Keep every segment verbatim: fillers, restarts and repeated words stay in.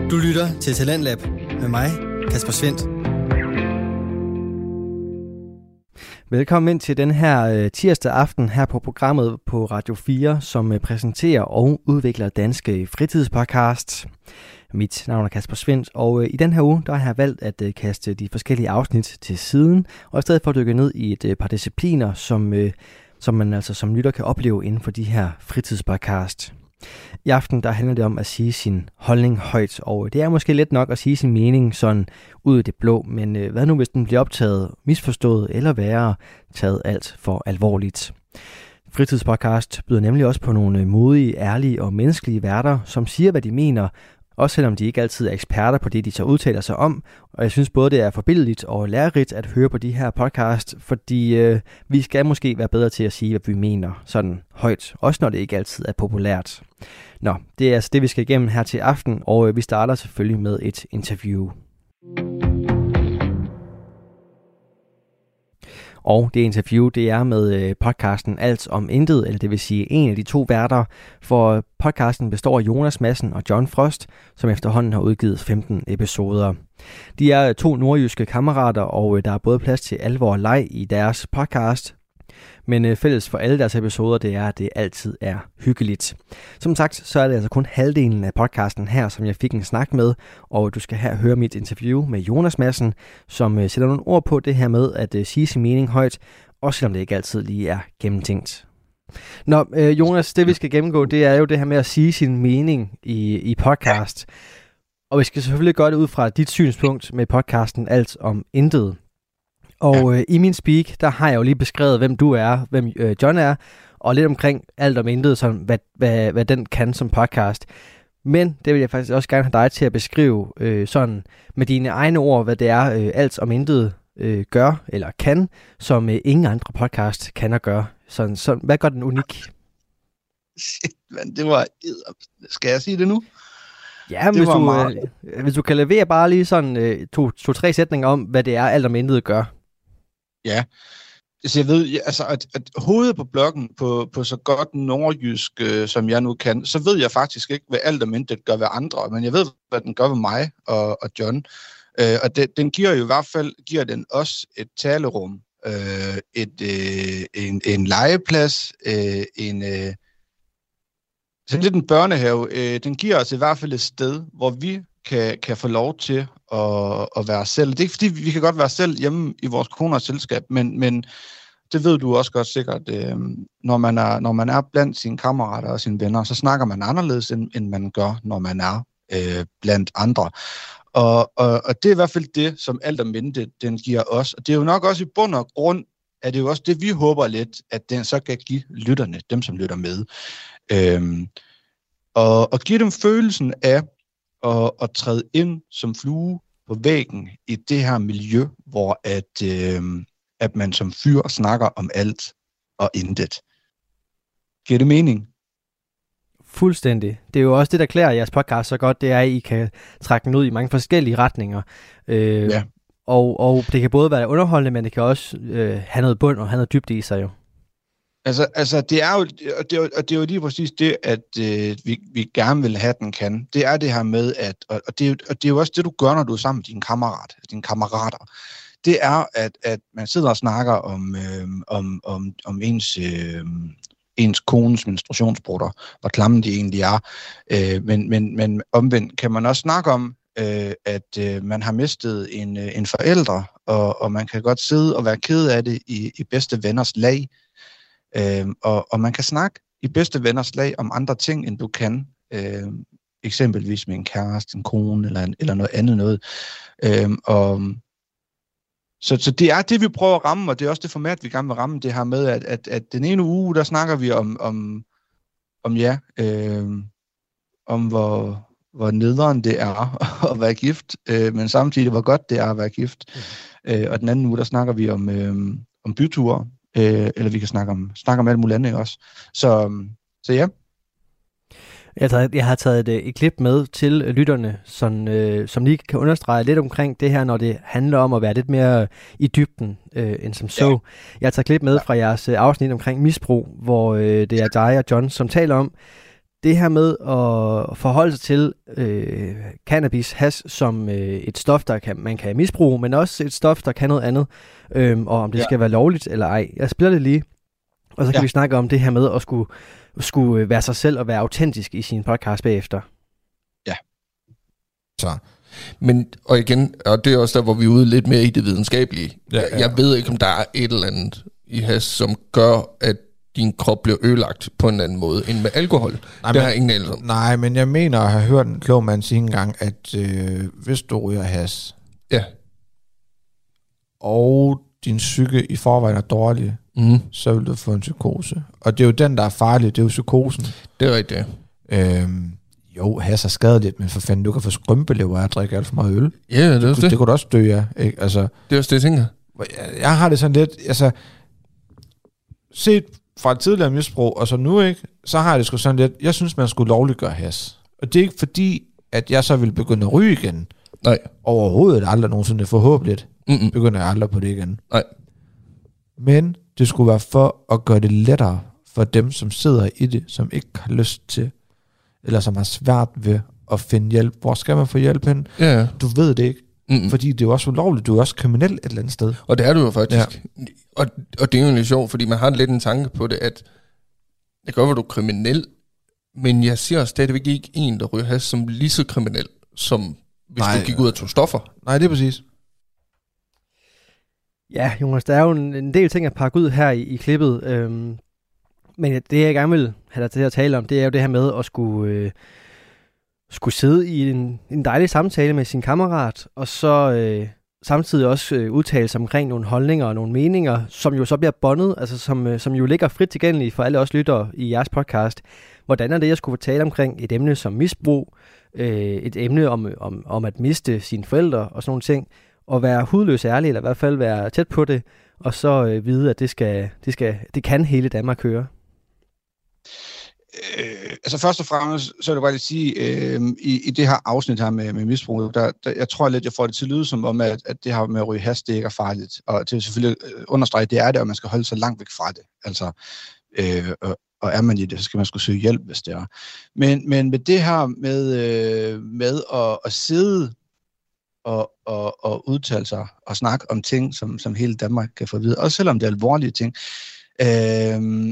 Du lytter til Talentlab med mig, Kasper Svendt. Velkommen ind til den her tirsdag aften her på programmet på Radio fire, som præsenterer og udvikler danske fritidspodcasts. Mit navn er Kasper Svendt, og i den her uge der har jeg valgt at kaste de forskellige afsnit til siden, og i stedet for at dykke ned i et par discipliner, som, som man altså som lytter kan opleve inden for de her fritidspodcasts. I aften der handler det om at sige sin holdning højt, og det er måske let nok at sige sin mening sådan ud i det blå, men øh, hvad nu hvis den bliver optaget, misforstået eller værre, taget alt for alvorligt. Fritidspodcast byder nemlig også på nogle modige, ærlige og menneskelige værter, som siger hvad de mener, også selvom de ikke altid er eksperter på det, de så udtaler sig om. Og jeg synes både, det er forbilledligt og lærerigt at høre på de her podcast, fordi øh, vi skal måske være bedre til at sige, hvad vi mener sådan højt, også når det ikke altid er populært. Nå, det er altså det, vi skal igennem her til aften, og øh, vi starter selvfølgelig med et interview. Og det interview, det er med podcasten Alt om Intet, eller det vil sige en af de to værter, for podcasten består af Jonas Madsen og John Frost, som efterhånden har udgivet femten episoder. De er to nordjyske kammerater, og der er både plads til alvor og leg i deres podcast. Men fælles for alle deres episoder, det er, at det altid er hyggeligt. Som sagt, så er det altså kun halvdelen af podcasten her, som jeg fik en snak med, og du skal her høre mit interview med Jonas Madsen, som sætter nogle ord på det her med at sige sin mening højt, også selvom det ikke altid lige er gennemtænkt. Nå, øh, Jonas, det vi skal gennemgå, det er jo det her med at sige sin mening i, i podcast. Og vi skal selvfølgelig gøre det ud fra dit synspunkt med podcasten Alt om Intet. Og ja. øh, i min speak, der har jeg jo lige beskrevet, hvem du er, hvem øh, John er, og lidt omkring Alt om Intet, sådan, hvad, hvad, hvad den kan som podcast. Men det vil jeg faktisk også gerne have dig til at beskrive øh, sådan med dine egne ord, hvad det er, øh, Alt om Intet øh, gør eller kan, som øh, ingen andre podcast kan og gør. Sådan, sådan, hvad gør den unik? Shit, man, det var... Skal jeg sige det nu? Ja, hvis du, meget... øh, hvis du kan levere bare lige sådan øh, to, to, tre sætninger om, hvad det er, Alt om Intet gør. Ja, så jeg ved, altså at, at hovedet på bloggen på, på så godt nordjysk, øh, som jeg nu kan, så ved jeg faktisk ikke, hvad Alt om Intet gør ved andre, men jeg ved, hvad den gør ved mig og, og John. Øh, og det, den giver jo i hvert fald, giver den os et talerum, øh, et, øh, en, en legeplads, øh, en... Øh, så lidt en børnehave. Øh, den giver os i hvert fald et sted, hvor vi kan, kan få lov til at, at være selv. Det er ikke fordi, vi kan godt være selv hjemme i vores koners selskab, men, men det ved du også godt sikkert. Øh, når, man er, når man er blandt sine kammerater og sine venner, så snakker man anderledes, end, end man gør, når man er øh, blandt andre. Og, og, og det er i hvert fald det, som Alt om Intet, den giver os. Og det er jo nok også i bund og grund, at det er jo også det, vi håber lidt, at den så kan give lytterne, dem som lytter med. Øhm, og, og give dem følelsen af at, at træde ind som flue på væggen i det her miljø, hvor at, øhm, at man som fyr snakker om alt og intet. Giver det mening? Fuldstændig. Det er jo også det, der klæder jeres podcast så godt, det er, at I kan trække den ud i mange forskellige retninger. Øh, ja. og, og det kan både være underholdende, men det kan også øh, have noget bund og have noget dybde i sig jo. Altså, altså det er jo, og det er jo, og det er jo lige præcis det, at øh, vi, vi gerne vil have, den kan. Det er det her med, at, og, og, det er jo, og det er jo også det, du gør, når du er sammen med dine kammerat, dine kammerater. Det er, at, at man sidder og snakker om, øh, om, om, om ens, øh, ens kones menstruationsbrutter, hvor klamme de egentlig er. Øh, men, men, men omvendt kan man også snakke om, øh, at øh, man har mistet en, øh, en forælder, og, og man kan godt sidde og være ked af det i, i bedste venners lag. Øh, og, og man kan snakke i bedste venners lag om andre ting, end du kan. Øh, eksempelvis med en kæreste, en kone, eller, en, eller noget andet noget. Øh, og, så, så det er det, vi prøver at ramme, og det er også det format, vi gerne vil ramme, det her med, at, at, at den ene uge, der snakker vi om, om, om ja, øh, om hvor, hvor nederen det er at være gift, øh, men samtidig hvor godt det er at være gift. Mm. Øh, og den anden uge, der snakker vi om, øh, om byture, øh, eller vi kan snakke om, snakke om alt muligt andet også. Så, så ja. Jeg har, jeg har taget et, et klip med til lytterne, som, øh, som lige kan understrege lidt omkring det her, når det handler om at være lidt mere i dybden øh, end som så. Ja. Jeg har taget et klip med fra jeres afsnit omkring misbrug, hvor øh, det er dig og John, som taler om det her med at forholde sig til øh, cannabis, hash, som øh, et stof, der kan, man kan misbruge, men også et stof, der kan noget andet, øh, og om det ja. skal være lovligt eller ej. Jeg spiller det lige, og så kan ja. vi snakke om det her med at skulle, skulle være sig selv og være autentisk i sin podcast bagefter. Ja. Så. Men, og igen, og det er også der, hvor vi er ude lidt mere i det videnskabelige. Ja, ja. Jeg ved ikke, om der er et eller andet i hash, som gør, at din krop bliver ødelagt på en anden måde end med alkohol. Nej, det har jeg ingen anelse om. Nej, men jeg mener at have hørt en klog mand sige engang, at øh, hvis du ryger hash, ja. og din psyke i forvejen er dårlig, mm. så vil du få en psykose. Og det er jo den, der er farlig, det er jo psykosen. Det er rigtigt. Øhm, jo, hash er skadeligt, men for fanden, du kan få skrømpelever af at drikke alt for meget øl. Ja, det er det. det. Det kunne du også dø af, ikke? Altså, det er også det, jeg tænker. Jeg, jeg har det sådan lidt, altså, set fra et tidligere misbrug, og så nu ikke, så har jeg det sgu sådan lidt, jeg synes, man skulle lovliggøre hash. Og det er ikke fordi, at jeg så vil begynde at ryge igen. Nej. Overhovedet aldrig nogensinde, forhåbentlig Mm-mm. begynder jeg aldrig på det igen. Nej. Men det skulle være for at gøre det lettere for dem, som sidder i det, som ikke har lyst til, eller som har svært ved at finde hjælp. Hvor skal man få hjælp hen? Ja. Du ved det ikke. Mm-mm. Fordi det er jo også ulovligt. Du er også kriminel et eller andet sted. Og det er du jo faktisk. Ja. Og, og det er jo lidt sjovt, fordi man har lidt en tanke på det, at det kan godt være, du er kriminel, men jeg siger stadigvæk ikke en, der ryger hash, som lige så kriminel, som hvis Nej, du gik ud og tog stoffer. Nej, det er præcis. Ja, Jonas, der er jo en, en del ting at pakke ud her i, i klippet. Øhm, men det, jeg gerne vil have dig til at tale om, det er jo det her med at skulle... Øh, skulle sidde i en, en dejlig samtale med sin kammerat, og så øh, samtidig også øh, udtale sig omkring nogle holdninger og nogle meninger, som jo så bliver bondet, altså som, øh, som jo ligger frit tilgængelige for alle os lyttere i jeres podcast. Hvordan er det, jeg skulle tale omkring et emne som misbrug, øh, et emne om, om, om at miste sine forældre og sådan nogle ting, og være hudløs ærlig, eller i hvert fald være tæt på det, og så øh, vide, at det, skal, det, skal, det kan hele Danmark høre. Øh, altså først og fremmest, så vil jeg bare lige sige, øh, i, i det her afsnit her med, med misbrug, der, der, jeg tror lidt, jeg får det til at lyde som om, at, at det her med at ryge hash, det ikke er farligt. Og det er selvfølgelig understrege, det er det, og man skal holde sig langt væk fra det. Altså, øh, og, og er man i det, så skal man skulle søge hjælp, hvis det er. Men, men med det her med, øh, med at, at sidde og, og, og udtale sig og snakke om ting, som, som hele Danmark kan få at vide, også selvom det er alvorlige ting, øh,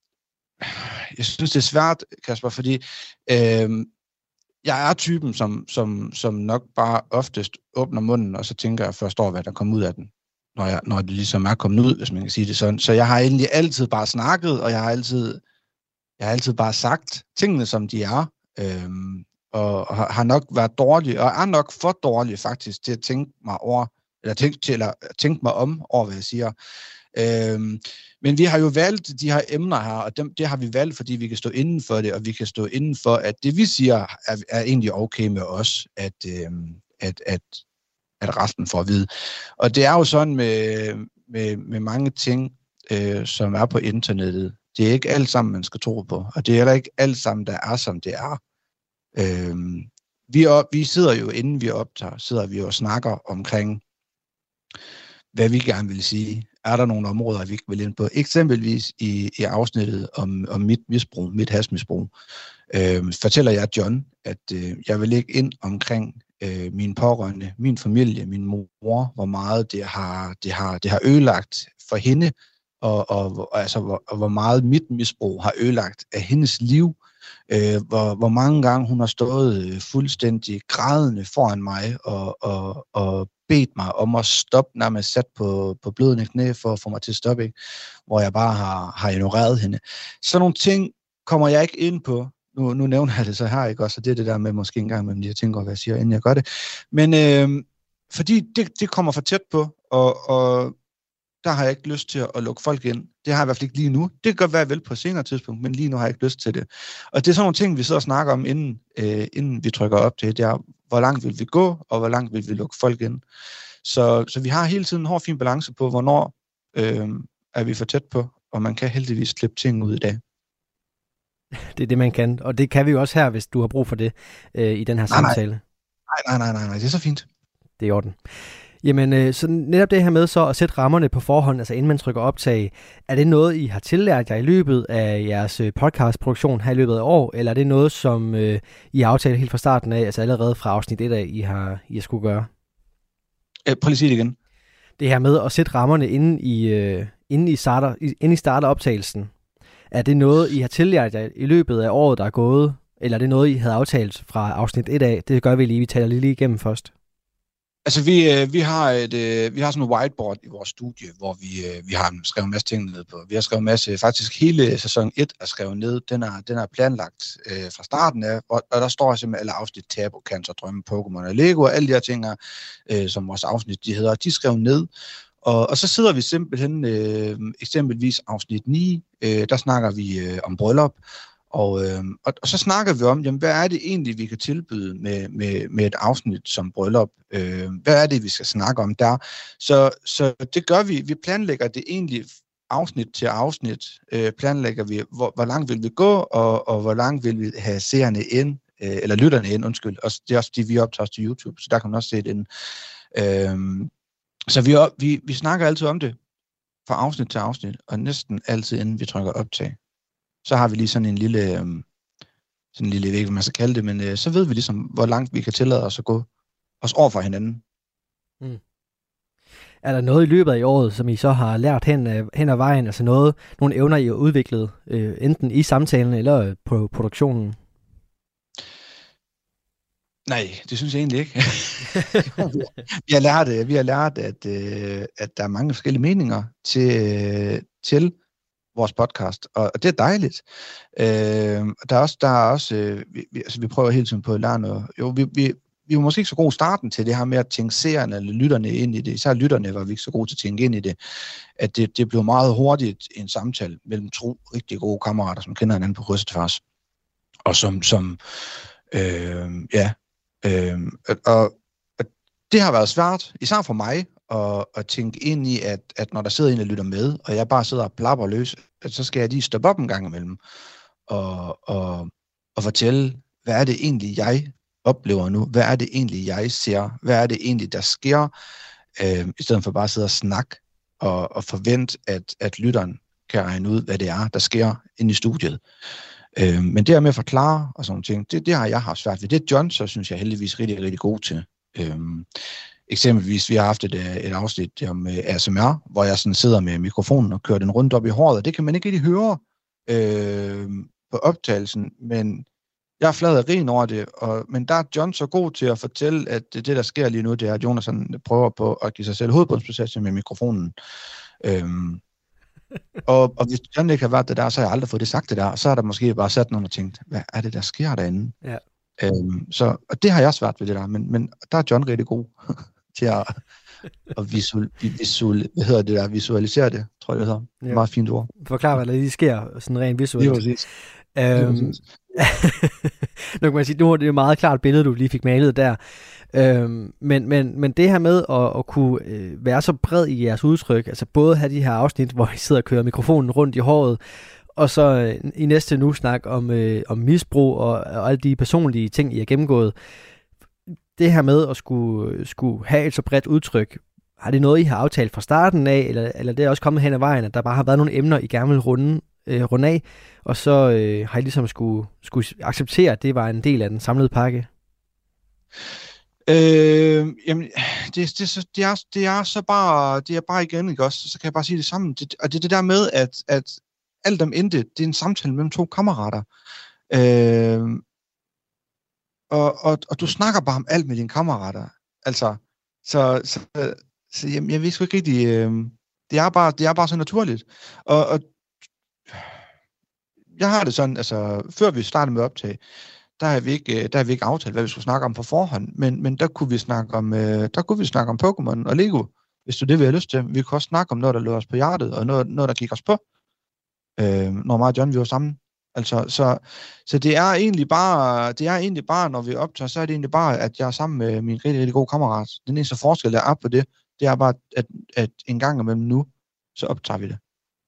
jeg synes, det er svært, Kasper, fordi øh, jeg er typen, som, som, som nok bare oftest åbner munden, og så tænker jeg først over, hvad der kommer ud af den, når, jeg, når det ligesom er kommet ud, hvis man kan sige det sådan. Så jeg har egentlig altid bare snakket, og jeg har altid, jeg har altid bare sagt tingene, som de er, øh, og, og har nok været dårlig, og er nok for dårlig faktisk til at tænke mig over, eller tænke, til at tænke mig om over, hvad jeg siger. Øh, Men vi har jo valgt de her emner her, og dem, det har vi valgt, fordi vi kan stå inden for det, og vi kan stå inden for, at det vi siger er, er egentlig okay med os, at, øh, at, at, at resten får at vide. Og det er jo sådan med, med, med mange ting, øh, som er på internettet. Det er ikke alt sammen, man skal tro på, og det er heller ikke alt sammen, der er, som det er. Øh, vi, op, vi sidder jo, inden vi optager, sidder vi og snakker omkring, hvad vi gerne vil sige. Er der nogle områder, vi ikke vil ind på? Eksempelvis i, i afsnittet om, om mit misbrug, mit hashmisbrug, øh, fortæller jeg John, at øh, jeg vil ikke ind omkring øh, mine pårørende, min familie, min mor, hvor meget det har, det har, det har ødelagt for hende, og, og, og, altså, hvor, og hvor meget mit misbrug har ødelagt af hendes liv, øh, hvor, hvor mange gange hun har stået fuldstændig grædende foran mig og, og, og bedt mig om at stoppe, når man sat på, på blødende knæ for at få mig til at stoppe, ikke? Hvor jeg bare har, har ignoreret hende. Sådan nogle ting kommer jeg ikke ind på. Nu, nu nævner jeg det så her, ikke også? Og det er det der med måske en gang mellem de her ting, hvad jeg siger, inden jeg gør det. Men øh, fordi det, det kommer for tæt på, og, og der har jeg ikke lyst til at lukke folk ind. Det har jeg i hvert fald ikke lige nu. Det kan godt være vel på et senere tidspunkt, men lige nu har jeg ikke lyst til det. Og det er sådan nogle ting, vi sidder og snakker om, inden, øh, inden vi trykker op til. Det er, hvor langt vil vi gå, og hvor langt vil vi lukke folk ind. Så, så vi har hele tiden en hård, fin balance på, hvornår øh, er vi for tæt på, og man kan heldigvis slippe ting ud i dag. Det er det, man kan. Og det kan vi jo også her, hvis du har brug for det øh, i den her nej, samtale. Nej, nej, nej, nej, nej. Det er så fint. Det er i orden. Jamen, øh, så netop det her med så at sætte rammerne på forhånd, altså inden man trykker optag, er det noget, I har tillært jer i løbet af jeres podcastproduktion her i løbet af år, eller er det noget, som øh, I har aftalt helt fra starten af, altså allerede fra afsnit et af, I har, I har skulle gøre? Øh, prøv lige at sige det igen. Det her med at sætte rammerne, inden I, øh, inden I, starter, inden I starter optagelsen, er det noget, I har tillært jer i løbet af året, der er gået, eller er det noget, I havde aftalt fra afsnit et af? Det gør vi lige, vi taler lige, lige igennem først. Altså, vi, øh, vi, har et, øh, vi har sådan en whiteboard i vores studie, hvor vi, øh, vi har skrevet en masse ting ned på. Vi har skrevet en masse, faktisk hele sæson et er skrevet ned. Den er, den er planlagt øh, fra starten af, og, og der står simpelthen alle afsnit, Tabu, Cancer, Drømme, Pokémon og Lego, og alle de her ting, øh, som vores afsnit de hedder, de er skrevet ned. Og, og så sidder vi simpelthen, øh, eksempelvis afsnit ni, øh, der snakker vi øh, om bryllup, Og, øh, og, og så snakker vi om, jamen, hvad er det egentlig, vi kan tilbyde med, med, med et afsnit som bryllup? Øh, hvad er det, vi skal snakke om der? Så, så det gør vi. Vi planlægger det egentlig afsnit til afsnit. Øh, planlægger vi, hvor, hvor langt vil vi gå, og, og hvor langt vil vi have seerne ind, øh, eller lytterne ind, undskyld. Og det er også det, vi optager til YouTube, så der kan man også se det ind. Øh, så vi, vi, vi snakker altid om det fra afsnit til afsnit, og næsten altid, inden vi trykker optag. Så har vi lige sådan en lille, øhm, sådan en lille, jeg ved ikke, hvad man skal kalde det, men øh, så ved vi ligesom, hvor langt vi kan tillade os at gå os over for hinanden. Mm. Er der noget i løbet af i året, som I så har lært hen, hen ad vejen, altså noget, nogle evner, I har udviklet, øh, enten i samtalen eller på produktionen? Nej, det synes jeg egentlig ikke. vi har lært, vi har lært at, øh, at der er mange forskellige meninger til, øh, til vores podcast, og, og det er dejligt. Øh, der er også, der er også øh, vi, vi, altså, vi prøver hele tiden på at lære noget. Jo, vi, vi, vi var måske ikke så gode i starten til det her med at tænke seerne eller lytterne ind i det. Især lytterne var vi ikke så gode til at tænke ind i det. At det, det blev meget hurtigt en samtale mellem to rigtig gode kammerater, som kender hinanden på kryds og tværs. Og som, som øh, ja, øh, og, og det har været svært, især for mig, Og, og tænke ind i, at, at når der sidder en og lytter med, og jeg bare sidder og plapper løs, at så skal jeg lige stoppe op en gang imellem, og, og, og fortælle, hvad er det egentlig, jeg oplever nu? Hvad er det egentlig, jeg ser? Hvad er det egentlig, der sker? Øh, I stedet for bare at sidde og snakke, og, og forvente, at, at lytteren kan regne ud, hvad det er, der sker inde i studiet. Øh, men det her med at forklare og sådan ting, det, det har jeg haft svært ved. Det er John, så synes jeg heldigvis rigtig, rigtig god til. Øh, Eksempelvis, vi har haft et, et afsnit om A S M R, hvor jeg sådan sidder med mikrofonen og kører den rundt op i håret, og det kan man ikke rigtig høre øh, på optagelsen, men jeg er flad af ren over det, og, men der er John så god til at fortælle, at det, der sker lige nu, det er, at Jonas prøver på at give sig selv hovedbundsplacering med mikrofonen. Øhm, og, og hvis John ikke har været det der, så har jeg aldrig fået det sagt det der, så har der måske bare sat nogen og tænkt, hvad er det, der sker derinde? Ja. Øhm, så, og det har jeg svært ved det der, men, men der er John rigtig god til at, at visual, visual, hvad hedder det der, visualisere det, tror jeg det hedder. Ja. Meget fint ord. Forklar, hvad der lige sker, sådan rent visuelt. Det var præcis. Øhm, nu kan man sige, nu er det et meget klart billede, du lige fik malet der. Øhm, men, men, men det her med at, at kunne øh, være så bred i jeres udtryk, altså både have de her afsnit, hvor I sidder og kører mikrofonen rundt i håret, og så øh, i næste nu snak om, øh, om misbrug og, og alle de personlige ting, I har gennemgået. Det her med at skulle, skulle have et så bredt udtryk, har det noget, I har aftalt fra starten af, eller, eller det er også kommet hen ad vejen, at der bare har været nogle emner, I gerne vil runde, øh, runde af, og så øh, har I ligesom skulle, skulle acceptere, at det var en del af den samlede pakke? Øh, jamen, det, det, det, er, det er så bare, det er bare igen, ikke også? Så kan jeg bare sige det samme. Det, og det er det der med, at, at alt om intet, det er en samtale mellem to kammerater. Øh, og, og, og du snakker bare om alt med dine kammerater. Altså, så, så, så jamen, jeg ved sgu ikke rigtig, øh, det, er bare, det er bare så naturligt. Og, og jeg har det sådan, altså, før vi startede med optag, der har vi ikke, der har vi ikke aftalt, hvad vi skulle snakke om på forhånd, men, men der kunne vi snakke om, der kunne vi snakke om Pokémon og Lego, hvis du det vil have lyst til. Vi kunne også snakke om noget, der lå os på hjertet, og noget, noget der gik os på, øh, når mig og John vi var sammen. Altså, så, så det er egentlig bare, det er egentlig bare, når vi optager, så er det egentlig bare, at jeg er sammen med min rigtig, rigtig gode kammerat. Den eneste forskel, der er på det, det er bare, at, at en gang imellem nu, så optager vi det.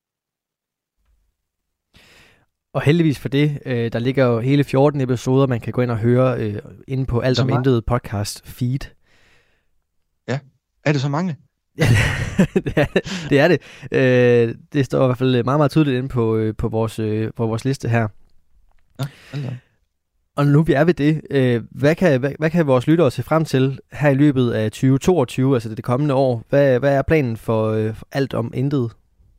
Og heldigvis for det, øh, der ligger jo hele fjorten episoder, man kan gå ind og høre øh, inde på Alt om Intet podcast feed. Ja. Er det så mange? Ja, det er det. Det, er det. Øh, det står i hvert fald meget, meget tydeligt inde på, øh, på, vores, øh, på vores liste her. Ja, altså. Og nu vi er ved det, øh, hvad, kan, hvad, hvad kan vores lyttere se frem til her i løbet af tyve toogtyve, altså det kommende år? Hvad, hvad er planen for, øh, for alt om intet?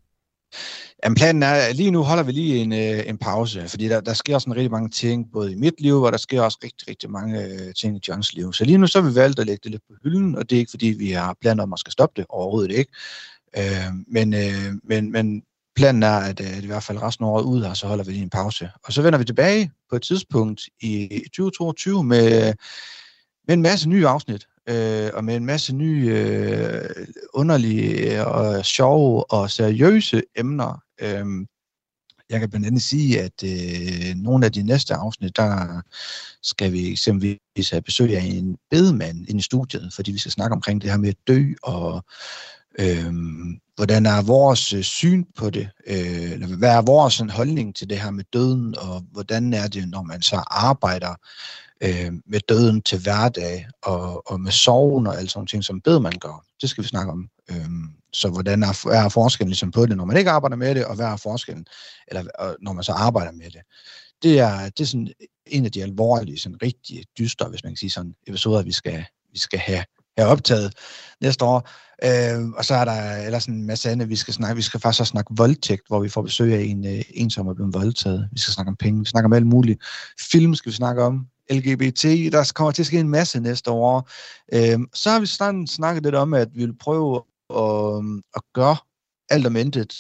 Jamen planen er, at lige nu holder vi lige en, øh, en pause, fordi der, der sker sådan rigtig mange ting, både i mit liv, og der sker også rigtig, rigtig mange øh, ting i Johns liv. Så lige nu så har vi valgt at lægge det lidt på hylden, og det er ikke fordi, vi har planer om at skal stoppe det, overhovedet ikke. Øh, men, øh, men, men planen er, at, at i hvert fald resten af året ud her, så holder vi lige en pause. Og så vender vi tilbage på et tidspunkt i tyve toogtyve med, med en masse nye afsnit. Øh, og med en masse nye, øh, underlige og sjove og seriøse emner. Øh, jeg kan blandt andet sige, at øh, nogle af de næste afsnit, der skal vi eksempelvis have besøg af en bedemand inde i studiet, fordi vi skal snakke omkring det her med at dø, og øh, hvordan er vores øh, syn på det, øh, eller hvad er vores sådan, holdning til det her med døden, og hvordan er det, når man så arbejder øh, med døden til hverdag, og, og med sorgen og alt sådan ting, som bedemand gør. Det skal vi snakke om. Øh, så hvordan er, er forskellen ligesom på det, når man ikke arbejder med det, og hvad er forskellen, eller når man så arbejder med det. Det er, det er sådan en af de alvorlige, sådan rigtig dystre, hvis man kan sige sådan, episoder, vi skal, vi skal have, have optaget næste år. Øh, og så er der ellers en masse andet, vi skal snakke. Vi skal faktisk også snakke voldtægt, hvor vi får besøg af en, en som er blevet voldtaget. Vi skal snakke om penge, vi snakker om alt muligt. Film skal vi snakke om. L G B T, der kommer til at ske en masse næste år. Øh, så har vi snart snakket lidt om, at vi vil prøve at, at gøre alt om intet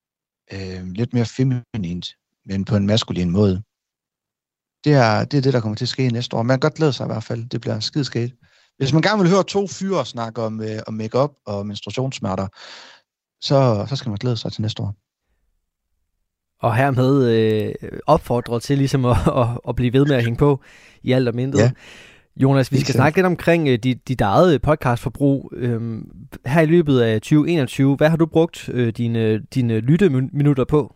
øh, lidt mere feminint, men på en maskulin måde. Det er, det er det, der kommer til at ske næste år. Man kan godt glæde sig i hvert fald. Det bliver skideskægt. Hvis man gerne vil høre to fyre snakke om, øh, om make-up og menstruationssmerter, så, så skal man glæde sig til næste år. Og hermed øh, opfordret til ligesom at, at, at blive ved med at hænge på i alt og intet. Ja. Jonas, vi skal snakke lidt omkring øh, dit, dit eget podcastforbrug. Øhm, her i løbet af tyve enogtyve, hvad har du brugt øh, dine, dine lytteminutter på?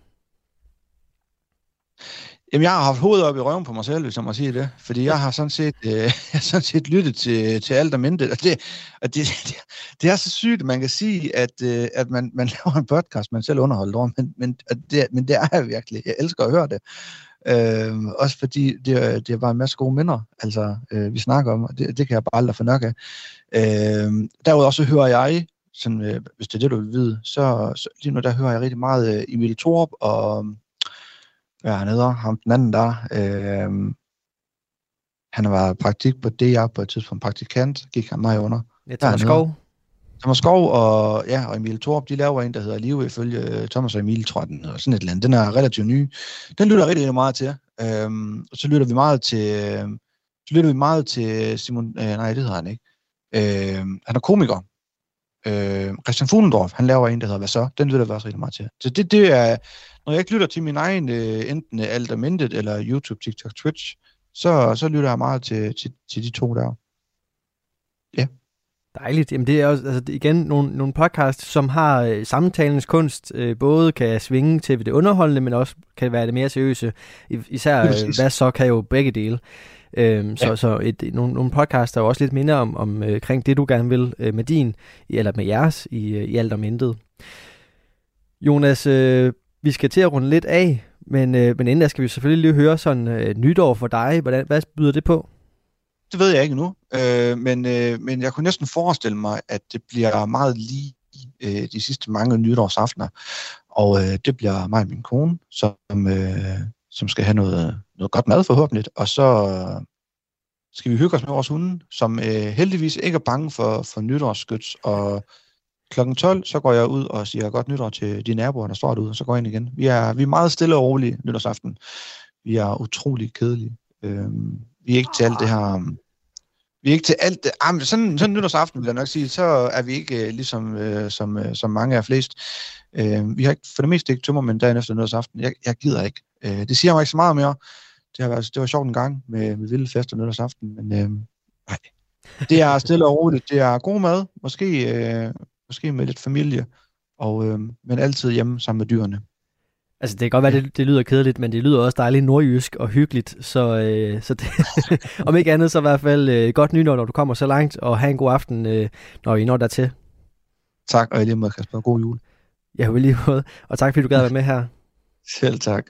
Jamen, jeg har haft hovedet op i røven på mig selv, hvis jeg må sige det. Fordi jeg har sådan set, øh, jeg har sådan set lyttet til, til alt og intet. Og, det, og det, det, det er så sygt, at man kan sige, at, øh, at man, man laver en podcast, man selv underholder over. Men, men, det, men det er jeg virkelig. Jeg elsker at høre det. Øh, også fordi det, det er bare en masse gode minder, altså, øh, vi snakker om. Og det, det kan jeg bare aldrig få nok af. Øh, derudover så hører jeg, sådan, øh, hvis det er det, du vil vide, så, så lige nu der hører jeg rigtig meget øh, Emil Thorup og... Ja, han hedder ham den anden der. Øh, han har været praktik på D R på et tidspunkt, praktikant, gik han mig under. Ja, Thomas Skov. Thomas Skov og, ja, og Emil Thorup, de laver en, der hedder Live ifølge Thomas og Emil, tror jeg, den hedder, sådan et eller andet. Den er relativt ny. Den lytter rigtig, rigtig meget til. Øh, og så lytter vi meget til, øh, så lytter vi meget til Simon, øh, nej, det hedder han ikke. Øh, han er komiker. Øh, Christian Fuglendorf, han laver en, der hedder Hvad så? Den lytter vi også rigtig meget til. Så det, det er, når jeg ikke lytter til min egen, øh, enten alt om intet, eller YouTube, TikTok, Twitch, så, så lytter jeg meget til, til, til de to der. Ja. Dejligt. Jamen det er også, altså igen, nogle, nogle podcasts, som har øh, samtalens kunst, øh, både kan svinge til det underholdende, men også kan være det mere seriøse. Især, øh, hvad så, kan jo begge dele. Øhm, så, ja. så et, nogle, nogle podcasts der er også lidt mindre om, om øh, kring det, du gerne vil øh, med din, eller med jeres, i, i alt om intet. Jonas, øh, vi skal til at runde lidt af, men, øh, men inden der skal vi selvfølgelig lige høre sådan øh, nytår for dig. Hvordan, hvad byder det på? Det ved jeg ikke endnu, øh, men, øh, men jeg kunne næsten forestille mig, at det bliver meget lige øh, de sidste mange nytårsaftener, og øh, det bliver mig og min kone, som... Øh, som skal have noget, noget godt mad forhåbentlig, og så skal vi hygge os med vores hunde, som øh, heldigvis ikke er bange for, for nytårsskyts, og klokken tolv, så går jeg ud og siger godt nytår til de naboer, der står derude, og så går jeg ind igen. Vi er, vi er meget stille og rolige nytårsaften. Vi er utrolig kedelige. Øhm, vi er ikke til alt det her... Vi er ikke til alt det... Ah, sådan, sådan nytårsaften vil jeg nok sige, så er vi ikke øh, ligesom øh, som, øh, som mange af flest. Øh, vi har ikke, for det meste ikke tømmermænd dagen efter nytårsaften. Jeg, jeg gider ikke. Øh, det siger mig ikke så meget mere. Det, har været, det var sjovt en gang med, med vilde fester nytårsaften, men øh, nej. Det er stille og roligt. Det er god mad, måske, øh, måske med lidt familie, og, øh, men altid hjemme sammen med dyrene. Altså det kan godt være, det, det lyder kedeligt, men det lyder også dejligt nordjysk og hyggeligt, så, øh, så det, om ikke andet så i hvert fald øh, godt nytår, når du kommer så langt, og have en god aften, øh, når I når dertil. Tak, og i lige måde, Kasper. God jul. Ja, i lige måde. Og tak, fordi du gad at være med her. Selv tak.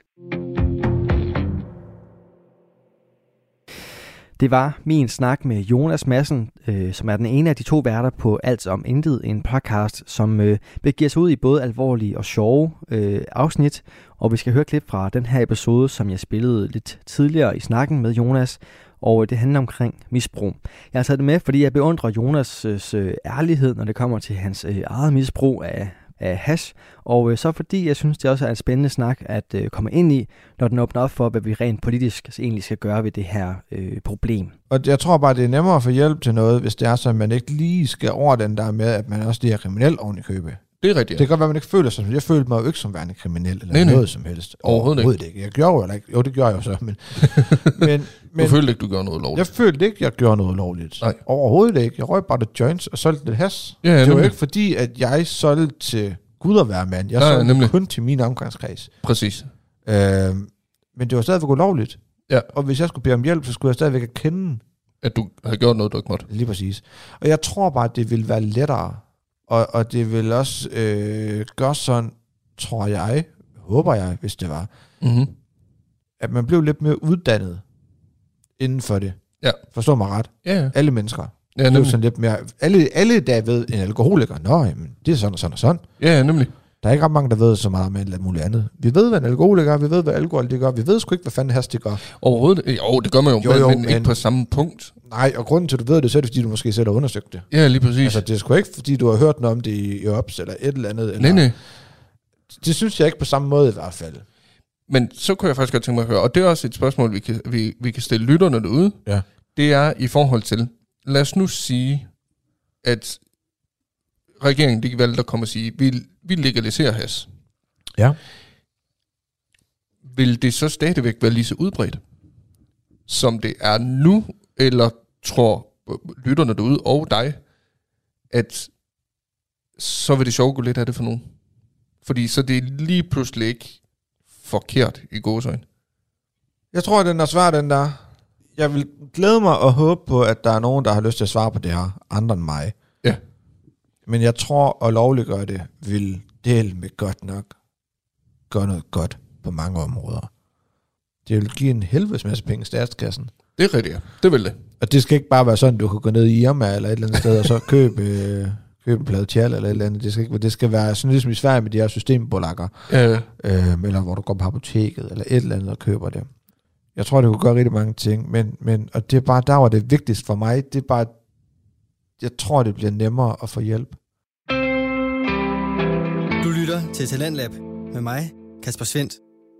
Det var min snak med Jonas Madsen, øh, som er den ene af de to værter på Alt om Intet, en podcast, som øh, begiver sig ud i både alvorlige og sjove øh, afsnit. Og vi skal høre klip fra den her episode, som jeg spillede lidt tidligere i snakken med Jonas, og det handler omkring misbrug. Jeg har taget det med, fordi jeg beundrer Jonas' øh, ærlighed, når det kommer til hans øh, eget misbrug af af hash, og øh, så fordi jeg synes, det også er en spændende snak at øh, komme ind i, når den åbner op for, hvad vi rent politisk egentlig skal gøre ved det her øh, problem. Og jeg tror bare, det er nemmere at få hjælp til noget, hvis det er så, at man ikke lige skal over den der med, at man også lige er kriminel oven i købet. Det er rigtigt. Det kan godt være, at man ikke føler sig som. Jeg følte mig jo ikke som værende kriminel, eller nej, nej. noget som helst. Overhovedet, Overhovedet ikke. Jeg gjorde jo ikke. Jo, det gjorde jeg jo så, men... men, men du følte ikke, du gjorde noget lovligt? Jeg følte ikke, jeg gjorde noget lovligt. Nej. Overhovedet ikke. Jeg røg bare lidt joints og solgte lidt hash. Ja, ja, det var nemlig. ikke fordi, at jeg solgte til Gud at være mand. Jeg Nej, solgte nemlig. kun til min omgangskreds. Præcis. Øh, men det var stadigvæk ulovligt. Ja. Og hvis jeg skulle bede om hjælp, så skulle jeg stadigvæk erkende, at du har gjort noget, du ikke måtte. lige præcis. Og jeg tror bare, at det ville være lettere. Og, og det vil også øh, gøre sådan, tror jeg, håber jeg, hvis det var, Mm-hmm. at man blev lidt mere uddannet inden for det. Ja. Forstår mig ret? Ja, ja. Alle mennesker. Ja, blev nemlig. sådan lidt mere, alle, alle der ved, en alkoholiker, nå, jamen, det er sådan og sådan og sådan. Ja, ja, nemlig. Der er ikke ret mange, der ved så meget om alt muligt andet. Vi ved, hvad en alkoholiker er, vi ved, hvad alkohol det gør, vi ved sgu ikke, hvad fanden hash det gør. Overhovedet. Jo, det gør man jo, Jo, jo, men, men men- ikke på samme punkt. Nej, og grunden til, at du ved det, så er det, fordi du måske selv har undersøgt det. Ja, lige præcis. Altså, det er sgu ikke, fordi du har hørt noget om det i, i Ops, eller et eller andet. Eller, nej, nej. Det synes jeg ikke på samme måde i hvert fald. Men så kunne jeg faktisk godt tænke mig at høre, og det er også et spørgsmål, vi kan, vi, vi kan stille lytterne derude. Ja. Det er i forhold til, lad os nu sige, at regeringen, de valgte at komme og sige, vi, vi legaliserer hash. Ja. Vil det så stadigvæk være lige så udbredt, som det er nu, eller tror lytterne derude og dig, at så vil det sjovt gå lidt af det for nogen? Fordi så det er lige pludselig ikke forkert i gåseøjne. Jeg tror, den er svær, den der. Jeg vil glæde mig og håbe på, at der er nogen, der har lyst til at svare på det her, andre end mig. Ja. Men jeg tror, at lovliggøre det vil dele med godt nok gøre noget godt på mange områder. Det vil give en helvedes masse penge i statskassen. Det er rigtigt, ja. Det vil det. Og det skal ikke bare være sådan, du kan gå ned i Irma eller et eller andet sted, og så købe, øh, købe en plade tjal eller et eller andet. Det skal, ikke, det skal være sådan ligesom i Sverige med de her systembolakker, Ja, øh, eller hvor du går på apoteket eller et eller andet og køber det. Jeg tror, det kunne gøre rigtig mange ting, men, men og det er bare, der var det vigtigste for mig, det er bare, jeg tror, det bliver nemmere at få hjælp. Du lytter til Talentlab med mig, Kasper Svendt.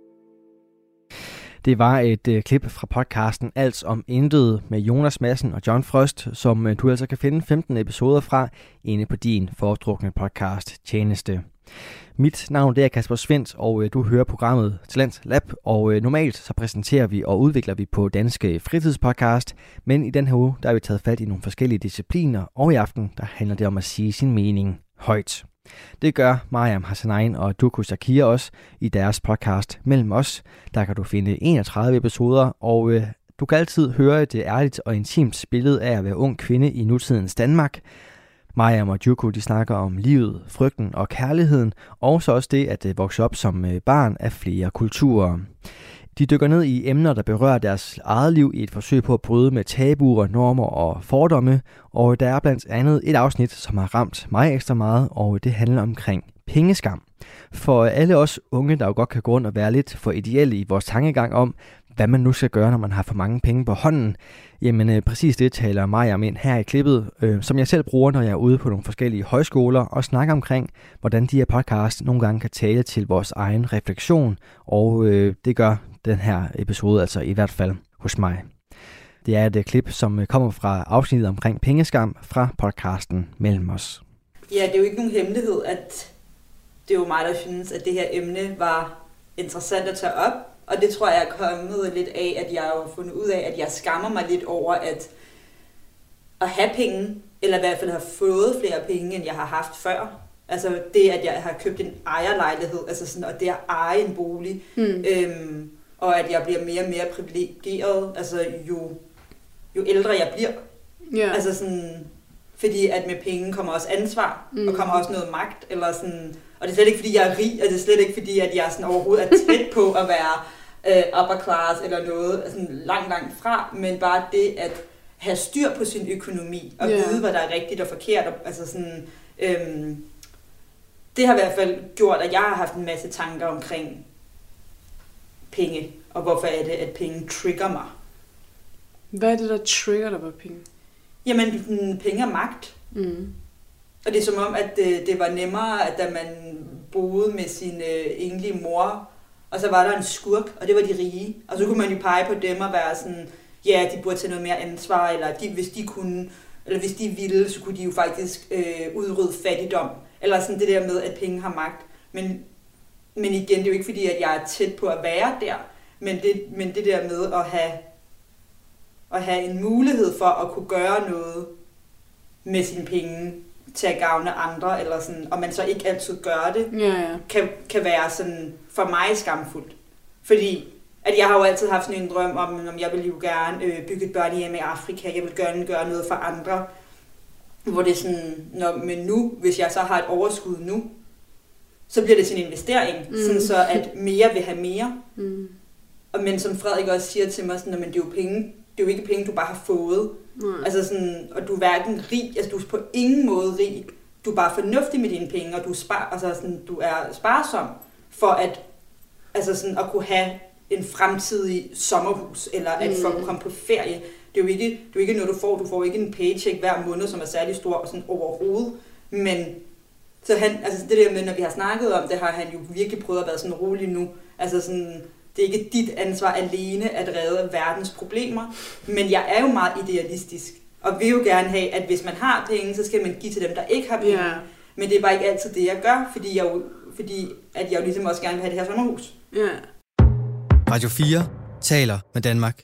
Det var et øh, klip fra podcasten Alt om Intet med Jonas Madsen og John Frost, som øh, du altså kan finde femten episoder fra inde på din foretrukne podcast tjeneste. Mit navn det er Kasper Svendt, og øh, du hører programmet Talent Lab, og øh, normalt så præsenterer vi og udvikler vi på Danske Fritidspodcast, men i den her uge der har vi taget fat i nogle forskellige discipliner, og i aften der handler det om at sige sin mening højt. Det gør Mariam Hassanein og Duku Shakir også i deres podcast Mellem Os. Der kan du finde enogtredive episoder, og øh, du kan altid høre et ærligt og intimt billede af at være ung kvinde i nutidens Danmark. Mariam og Duku de snakker om livet, frygten og kærligheden, og så også det at øh, vokse op som øh, barn af flere kulturer. De dykker ned i emner, der berører deres eget liv i et forsøg på at bryde med tabuer, normer og fordomme, og der er blandt andet et afsnit, som har ramt mig ekstra meget, og det handler omkring pengeskam. For alle os unge, der jo godt kan gå rundt og være lidt for ideelle i vores tankegang om, hvad man nu skal gøre, når man har for mange penge på hånden, jamen øh, præcis det taler Mariam ind her i klippet, øh, som jeg selv bruger, når jeg er ude på nogle forskellige højskoler og snakker omkring, hvordan de her podcast nogle gange kan tale til vores egen refleksion, og øh, det gør den her episode altså i hvert fald hos mig. Det er et klip, som kommer fra afsnittet omkring pengeskam fra podcasten Mellem Os. Ja, det er jo ikke nogen hemmelighed, at det er jo mig, der synes, at det her emne var interessant at tage op. Og det tror jeg er kommet lidt af, at jeg har fundet ud af, at jeg skammer mig lidt over at, at have penge, eller i hvert fald have fået flere penge, end jeg har haft før. Altså det, at jeg har købt en ejerlejlighed, altså sådan, og det at eje en bolig, mm. øhm, og at jeg bliver mere og mere privilegeret, altså jo, jo ældre jeg bliver. Yeah. Altså sådan, fordi at med penge kommer også ansvar, mm. og kommer også noget magt, eller sådan, og det er slet ikke, fordi jeg er rig, og det er slet ikke, fordi at jeg sådan overhovedet er tæt på at være øh, upper class, eller noget, sådan langt, langt fra, men bare det at have styr på sin økonomi, og yeah. vide, hvad der er rigtigt og forkert, og, altså sådan, øhm, det har i hvert fald gjort, at jeg har haft en masse tanker omkring penge, og hvorfor er det, at penge trigger mig. Hvad er det, der trigger dig på penge? Jamen, penge er magt. Mm. Og det er som om, at det, det var nemmere, at da man boede med sin øh, enlige mor, og så var der en skurk, og det var de rige. Og så kunne man jo pege på dem og være sådan, ja, de burde tage noget mere ansvar, eller de, hvis de kunne, eller hvis de ville, så kunne de jo faktisk øh, udrydde fattigdom. Eller sådan det der med, at penge har magt. Men, men igen, det er jo ikke fordi, at jeg er tæt på at være der, men det, men det der med at have, at have en mulighed for at kunne gøre noget med sine penge til at gavne andre, eller sådan, og man så ikke altid gør det, ja, ja. Kan, kan være sådan for mig skamfuldt. Fordi at jeg har jo altid haft sådan en drøm om, om jeg vil jo gerne øh, bygge et børnehjem i Afrika, jeg vil gerne gøre noget for andre, hvor det er sådan, når, men nu, hvis jeg så har et overskud nu, så bliver det sådan en investering, mm. sådan så at mere vil have mere. Mm. Og men som Frederik også siger til mig, sådan, men det er jo penge, det er jo ikke penge, du bare har fået. Mm. Altså sådan, og du er hverken rig, altså du er på ingen måde rig, du er bare fornuftig med dine penge, og du, spar, altså sådan, du er sparsom for at, altså sådan, at kunne have en fremtidig sommerhus, eller at mm. for at komme på ferie. Det er jo ikke, det er jo ikke noget, du får. Du får ikke en paycheck hver måned, som er særlig stor og sådan overhovedet. Men så han, altså det der med, når vi har snakket om det, har han jo virkelig prøvet at være sådan rolig nu. Altså sådan, det er ikke dit ansvar alene at redde verdens problemer. Men jeg er jo meget idealistisk, og vil jo gerne have, at hvis man har penge, så skal man give til dem, der ikke har penge. Yeah. Men det er bare ikke altid det, jeg gør, fordi jeg jo, fordi at jeg jo ligesom også gerne vil have det her sommerhus. Yeah. Radio fire taler med Danmark.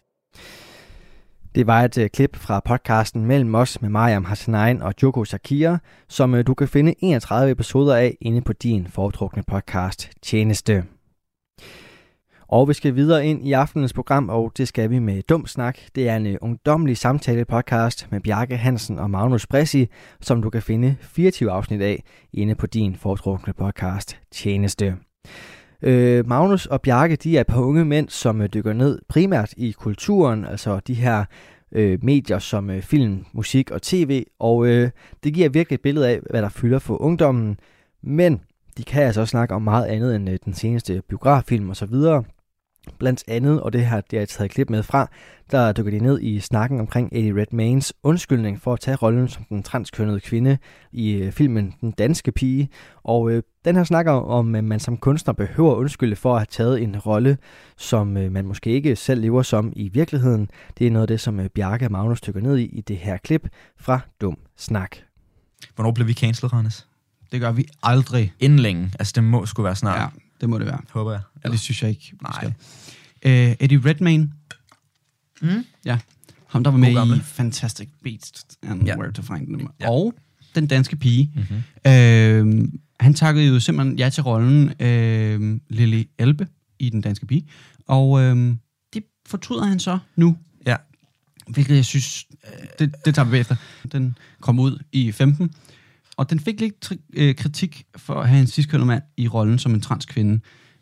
Det var et uh, klip fra podcasten Mellem os med Mariam Hassanein og Joko Shakira, som uh, du kan finde enogtredive episoder af inde på din foretrukne podcast tjeneste. Og vi skal videre ind i aftenens program, og det skal vi med Dum Snak. Det er en uh, ungdommelig samtale-podcast med Bjarke Hansen og Magnus Bressi, som du kan finde fireogtyve afsnit af inde på din foretrukne podcast tjeneste. Øh, Magnus og Bjarke, de er et par unge mænd, som øh, dykker ned primært i kulturen, altså de her øh, medier som øh, film, musik og tv, og øh, det giver virkelig et billede af, hvad der fylder for ungdommen, men de kan altså også snakke om meget andet end øh, den seneste biograffilm osv. Blandt andet, og det her det er jeg taget et klip med fra, der dykker de ned i snakken omkring Eddie Redmaynes undskyldning for at tage rollen som den transkønnede kvinde i øh, filmen Den Danske Pige. Og øh, den her snakker om, at man som kunstner behøver undskylde for at have taget en rolle, som øh, man måske ikke selv lever som i virkeligheden. Det er noget af det, som øh, Bjarke og Magnus dykker ned i i det her klip fra Dum Snak. Hvornår bliver vi cancelled, Rannes? Det gør vi aldrig. Inden længe. Altså, det må sgu være snart. Ja, det må det være. Håber jeg. Ja, det synes jeg ikke, vi Nej. skal. Uh, Eddie Redmayne. Mm. Ja. Ham, der var med God i gamle. Fantastic Beasts and Ja. Where to Find Them. Ja. Og Den Danske Pige. Mm-hmm. Uh, han takkede jo simpelthen ja til rollen uh, Lily Elbe i Den Danske Pige. Og uh, det fortryder han så nu. Ja. Hvilket jeg synes, det, det tager vi efter. Den kom ud i femten. Og den fik lidt tri- øh, kritik for at have en cis-kønnet mand i rollen som en transkvinde.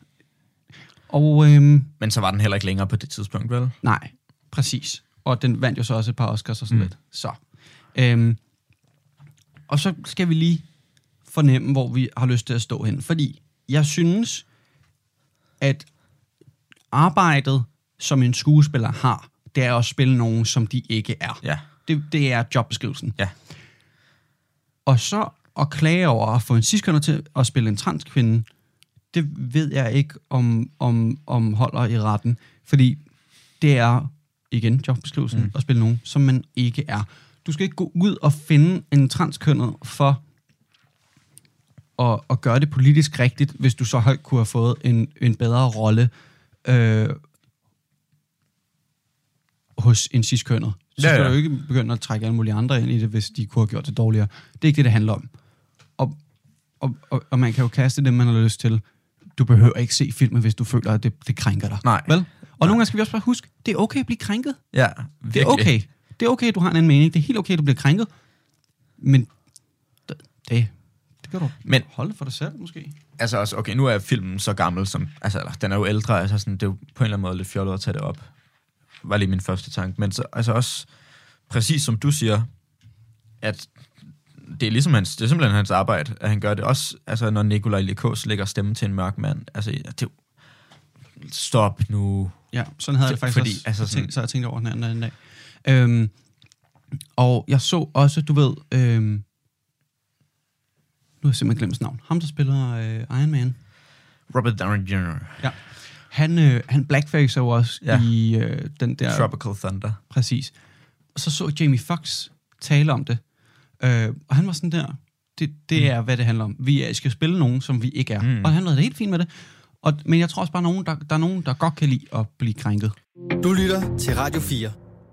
Og øhm, Men så var den heller ikke længere på det tidspunkt, vel? nej, præcis. Og den vandt jo så også et par Oscars og sådan Mm. lidt. Så. Øhm, og så skal vi lige fornemme, hvor vi har lyst til at stå hen. Fordi jeg synes, at arbejdet, som en skuespiller har, det er at spille nogen, som de ikke er. Ja. Det, det er jobbeskrivelsen. Ja. Og så at klage over at få en cis-kønner til at spille en transkvinde, det ved jeg ikke, om, om, om holder i retten. Fordi det er, igen, jobbeskrivelsen, mm. at spille nogen, som man ikke er. Du skal ikke gå ud og finde en transkønnet for at, at gøre det politisk rigtigt, hvis du så højt kunne have fået en, en bedre rolle øh, hos en cis-kønnet. Så Ja, skal ja. du jo ikke begynde at trække alle mulige andre ind i det, hvis de kunne have gjort det dårligere. Det er ikke det, det handler om. Og, og, og, og man kan jo kaste det, man har lyst til. Du behøver ikke se filmen, hvis du føler, at det, det krænker dig. Nej. Vel? Og nogle gange skal vi også bare huske, det er okay at blive krænket. Ja, Det er okay. Det er okay, at du har en anden mening. Det er helt okay, at du bliver krænket. men det, det kan du Men- holde for dig selv, måske. Altså også, okay, nu er filmen så gammel, som, altså, eller, den er jo ældre, altså sådan, det er jo på en eller anden måde lidt fjollet at tage det op. Var lige min første tanke. Men så, altså også, præcis som du siger, at det er ligesom hans, det er simpelthen hans arbejde, at han gør det også, altså når Nikolaj Likos lægger stemme til en mørk mand. Altså, det er jo, stop nu. Ja, sådan havde jeg faktisk Fordi, også altså sådan- tænkt, så jeg tænkt over den anden, anden dag. Øhm, og jeg så også, du ved, øhm, nu har jeg simpelthen glemt hans navn. Ham, der spiller øh, Iron Man. Robert Downey junior Ja. Han, øh, han blackfacer jo også Ja. i øh, den der... Tropical Thunder. Præcis. Og så så Jamie Foxx tale om det. Øh, og han var sådan der, det, det mm. er, hvad det handler om. Vi er, skal spille nogen, som vi ikke er. Mm. Og han havde det helt fint med det. Og, men jeg tror også bare, nogen, der, der er nogen, der godt kan lide at blive krænket. Du lytter til Radio fire.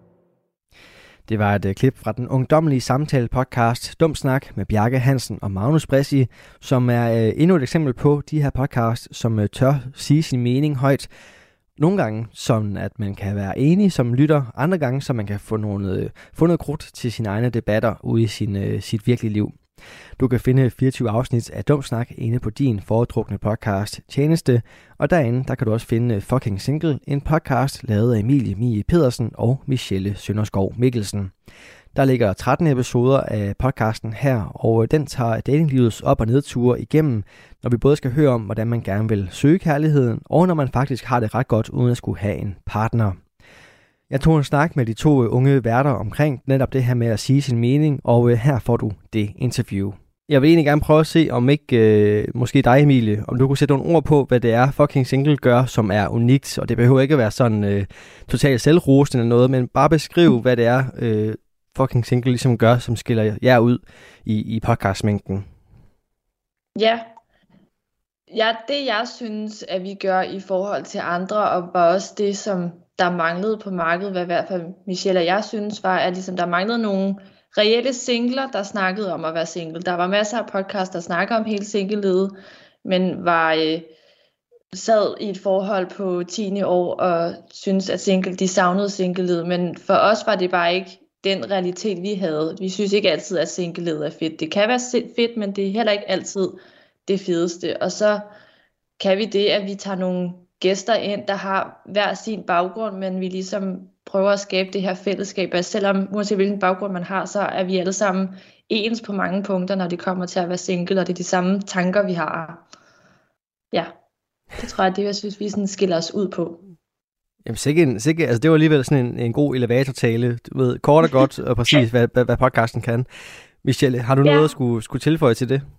Det var et uh, klip fra den ungdommelige samtale-podcast Dum Snak med Bjarke Hansen og Magnus Bressi, som er uh, endnu et eksempel på de her podcasts, som uh, tør sige sin mening højt. Nogle gange, som at man kan være enig som lytter, andre gange, så man kan få, nogle, uh, få noget krudt til sine egne debatter ude i sin, uh, sit virkelige liv. Du kan finde fireogtyve afsnit af Dum Snak inde på din foretrukne podcast tjeneste, og derinde der kan du også finde Fucking Single, en podcast lavet af Emilie Mie Pedersen og Michelle Sønderskov Mikkelsen. Der ligger tretten episoder af podcasten her, og den tager datinglivets op- og nedture igennem, når vi både skal høre om, hvordan man gerne vil søge kærligheden, og når man faktisk har det ret godt uden at skulle have en partner. Jeg tog en snak med de to unge værter omkring netop det her med at sige sin mening, og her får du det interview. Jeg vil egentlig gerne prøve at se, om ikke, øh, måske dig Emilie, om du kunne sætte nogle ord på, hvad det er Fucking Single gør, som er unikt, og det behøver ikke at være sådan øh, totalt selvrosende eller noget, men bare beskrive, hvad det er, øh, Fucking Single ligesom gør, som skiller jer ud i, i podcastmængden. Ja. Ja, det jeg synes, at vi gør i forhold til andre, og var også det, som der manglede på markedet, hvad i hvert fald Michelle og jeg synes, var, at ligesom, der manglede nogle reelle singler, der snakkede om at være single. Der var masser af podcasts, der snakker om hele single-livet, men var øh, sad i et forhold på tiende år og synes at single, de savnede single-livet, men for os var det bare ikke den realitet, vi havde. Vi synes ikke altid, at single-livet er fedt. Det kan være fedt, men det er heller ikke altid det fedeste. Og så kan vi det, at vi tager nogle gæster ind, der har hver sin baggrund, men vi ligesom prøver at skabe det her fællesskab. Og selvom, uanset hvilken baggrund man har, så er vi alle sammen ens på mange punkter, når det kommer til at være single, og det er de samme tanker, vi har. Ja, det tror jeg, det jeg synes, vi sådan skiller os ud på. Jamen sikke, sikke, altså det var alligevel sådan en, en god elevatortale, du ved, kort og godt, og præcis, hvad, hvad, hvad podcasten kan. Michelle, har du ja. noget at skulle, skulle tilføje til det?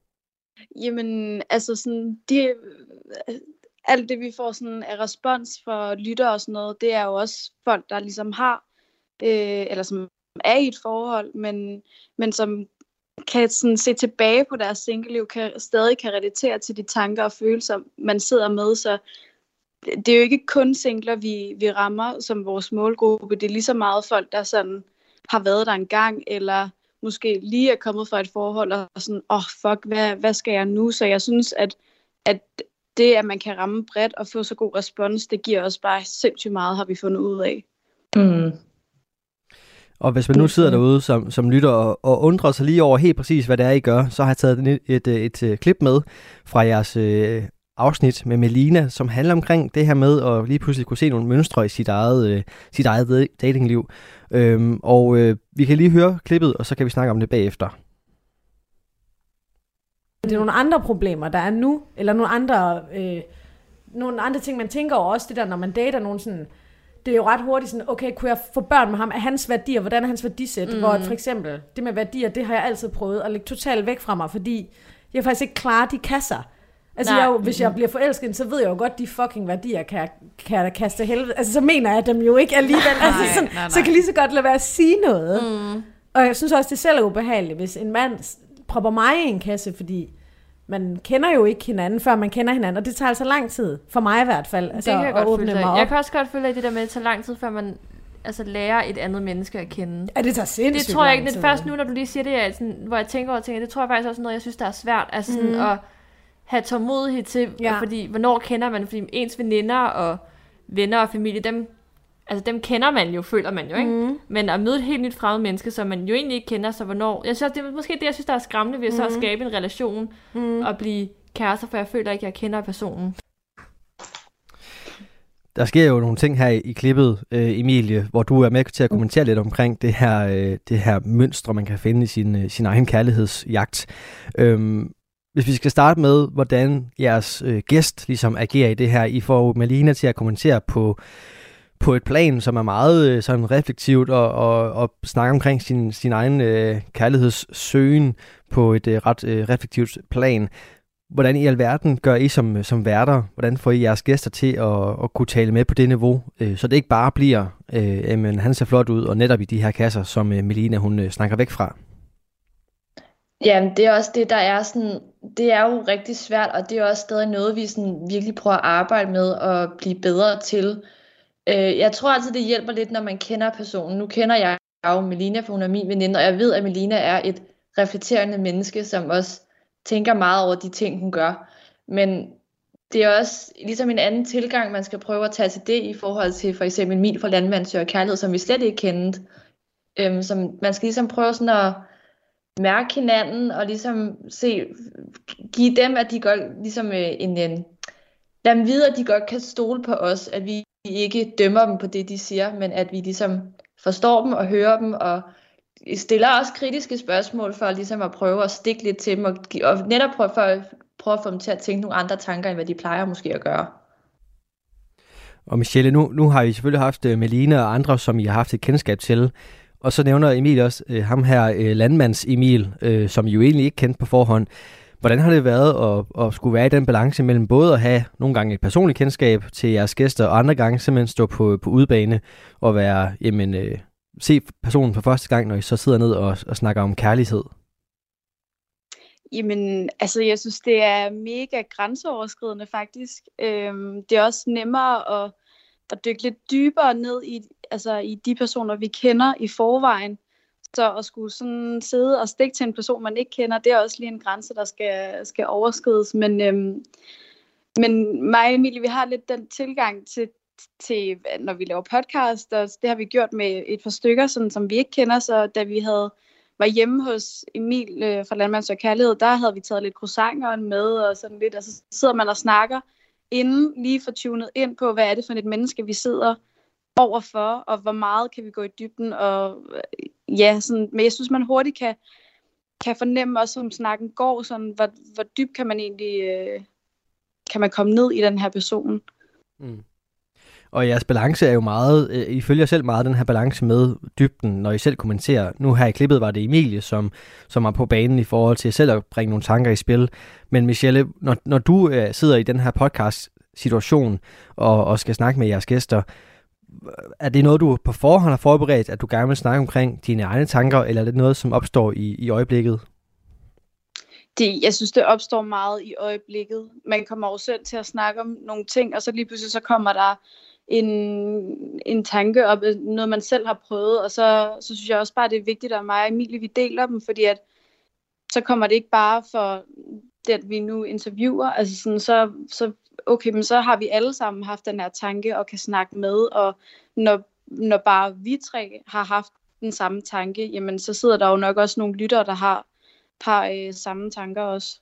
Jamen, altså sådan, de, alt det vi får sådan af respons for lytter og sådan noget, det er jo også folk, der ligesom har, øh, eller som er i et forhold, men, men som kan sådan se tilbage på deres singleliv, kan, stadig kan relatere til de tanker og følelser, man sidder med, så det er jo ikke kun singler, vi, vi rammer som vores målgruppe, det er lige så meget folk, der sådan har været der en gang, eller måske lige er kommet fra et forhold, og sådan, åh oh, fuck, hvad, hvad skal jeg nu? Så jeg synes, at, at det, at man kan ramme bredt og få så god respons, det giver os bare sindssygt meget, har vi fundet ud af. Mm. Og hvis man nu sidder derude som, som lytter og, og undrer sig lige over helt præcis, hvad det er, I gør, så har jeg taget et, et, et, et klip med fra jeres øh, afsnit med Melina, som handler omkring det her med at lige pludselig kunne se nogle mønstre i sit eget, øh, sit eget datingliv. Øhm, og øh, vi kan lige høre klippet, og så kan vi snakke om det bagefter. Det er nogle andre problemer, der er nu, eller nogle andre, øh, nogle andre ting, man tænker over også, det der, når man dater nogen sådan, det er jo ret hurtigt sådan, okay, kunne jeg få børn med ham? Er hans værdier? Hvordan er hans værdisæt? Mm. Hvor for eksempel, det med værdier, det har jeg altid prøvet at lægge totalt væk fra mig, fordi jeg faktisk ikke klarer de kasser. Altså, jeg jo, hvis jeg bliver forelsket, så ved jeg jo godt, de fucking værdier kan, kan jeg kaste helvede. Altså, så mener jeg dem jo ikke alligevel. nej, altså, sådan, nej, nej. Så jeg kan lige så godt lade være at sige noget. Mm. Og jeg synes også, det selv er ubehageligt, hvis en mand propper mig i en kasse, fordi man kender jo ikke hinanden, før man kender hinanden, og det tager altså lang tid, for mig i hvert fald, altså, det kan jeg at godt åbne føle mig op. Jeg kan også godt føle, at det der med, at det tager lang tid, før man altså, lærer et andet menneske at kende. Ja, det tager sindssygt Det tror jeg ikke, lang det først nu, når du lige siger det, er sådan, hvor jeg tænker over ting, det tror jeg faktisk også noget, jeg synes, der er svært, altså sådan mm. at have tålmodighed til, ja. Fordi hvornår kender man, fordi ens veninder og venner og familie, dem altså dem kender man jo, føler man jo, ikke? Mm. Men at møde et helt nyt fremmed menneske, som man jo egentlig ikke kender, så hvornår... Jeg synes, det er måske det, jeg synes, der er skræmmende ved mm. så at skabe en relation mm. og blive kærester, for jeg føler ikke, jeg kender personen. Der sker jo nogle ting her i, i klippet, øh, Emilie, hvor du er med til at kommentere lidt omkring det her, øh, det her mønstre, man kan finde i sin, øh, sin egen kærlighedsjagt. Øhm, hvis vi skal starte med, hvordan jeres øh, gæst ligesom agerer i det her. I får Malina til at kommentere på, på et plan, som er meget øh, sådan reflektivt og, og, og snakke omkring sin, sin egen øh, kærlighedssøgen på et øh, ret øh, reflektivt plan. Hvordan i alverden gør I som, som værter? Hvordan får I jeres gæster til at, at kunne tale med på det niveau, øh, så det ikke bare bliver, øh, jamen, han ser flot ud, og netop i de her kasser, som øh, Melina, hun øh, snakker væk fra? Jamen, det er også det, der er sådan, det er jo rigtig svært, og det er også stadig noget, vi sådan virkelig prøver at arbejde med og blive bedre til. Øh, jeg tror altid, det hjælper lidt, når man kender personen. Nu kender jeg jo Melina, for hun er min veninde, og jeg ved, at Melina er et reflekterende menneske, som også tænker meget over de ting, hun gør. Men det er også ligesom en anden tilgang, man skal prøve at tage til det, i forhold til for eksempel Emil fra Landmand søger kærlighed, som vi slet ikke kendte. Øhm, som man skal ligesom prøve sådan at mærke hinanden, og ligesom se, give dem, at de godt, ligesom øh, en, en, lad dem vide, at de godt kan stole på os, at vi ikke dømmer dem på det, de siger, men at vi ligesom forstår dem og hører dem, og stiller også kritiske spørgsmål for ligesom at prøve at stikke lidt til dem, og, og netop prøve, for, prøve at få dem til at tænke nogle andre tanker, end hvad de plejer måske at gøre. Og Michelle, nu, nu har I selvfølgelig haft uh, Melina og andre, som I har haft et kendskab til, og så nævner Emil også uh, ham her, uh, landmands Emil, uh, som I jo egentlig ikke kendte på forhånd. Hvordan har det været at, at skulle være i den balance mellem både at have nogle gange et personligt kendskab til jeres gæster, og andre gange simpelthen stå på, på udebane og være, jamen, uh, se personen for første gang, når I så sidder ned og, og snakker om kærlighed? Jamen, altså jeg synes, det er mega grænseoverskridende faktisk. Øhm, det er også nemmere at, at dykke lidt dybere ned i, altså, i de personer, vi kender i forvejen. Så at skulle sådan sidde og stikke til en person, man ikke kender, det er også lige en grænse, der skal, skal overskrides. Men, øhm, men mig og Emilie, vi har lidt den tilgang til, til, når vi laver podcast, og det har vi gjort med et par stykker, sådan, som vi ikke kender. Så da vi havde var hjemme hos Emil øh, fra Landmand søger kærlighed, der havde vi taget lidt croissanter med, og sådan lidt, og så sidder man og snakker, inden lige for tunet ind på, hvad er det for et menneske, vi sidder overfor, og hvor meget kan vi gå i dybden, og ja, sådan, men jeg synes, man hurtigt kan, kan fornemme også, som snakken går, sådan, hvor, hvor dybt kan man egentlig, øh, kan man komme ned i den her person. Mm. Og jeres balance er jo meget, øh, I følger selv meget den her balance med dybden, når I selv kommenterer. Nu her i klippet var det Emilie, som, som er på banen i forhold til selv at bringe nogle tanker i spil. Men Michelle, når, når du øh, sidder i den her podcast-situation og, og skal snakke med jeres gæster, er det noget, du på forhånd har forberedt, at du gerne vil snakke omkring dine egne tanker, eller er det noget, som opstår i, i øjeblikket? Det, jeg synes, det opstår meget i øjeblikket. Man kommer jo selv til at snakke om nogle ting, og så lige pludselig så kommer der en, en tanke op, noget man selv har prøvet, og så, så synes jeg også bare, det er vigtigt, at mig og Emilie, vi deler dem, fordi at så kommer det ikke bare for den, vi nu interviewer, altså sådan, så, så okay, men så har vi alle sammen haft den her tanke, og kan snakke med, og når, når bare vi tre har haft den samme tanke, jamen så sidder der jo nok også nogle lyttere, der har har øh, samme tanker også.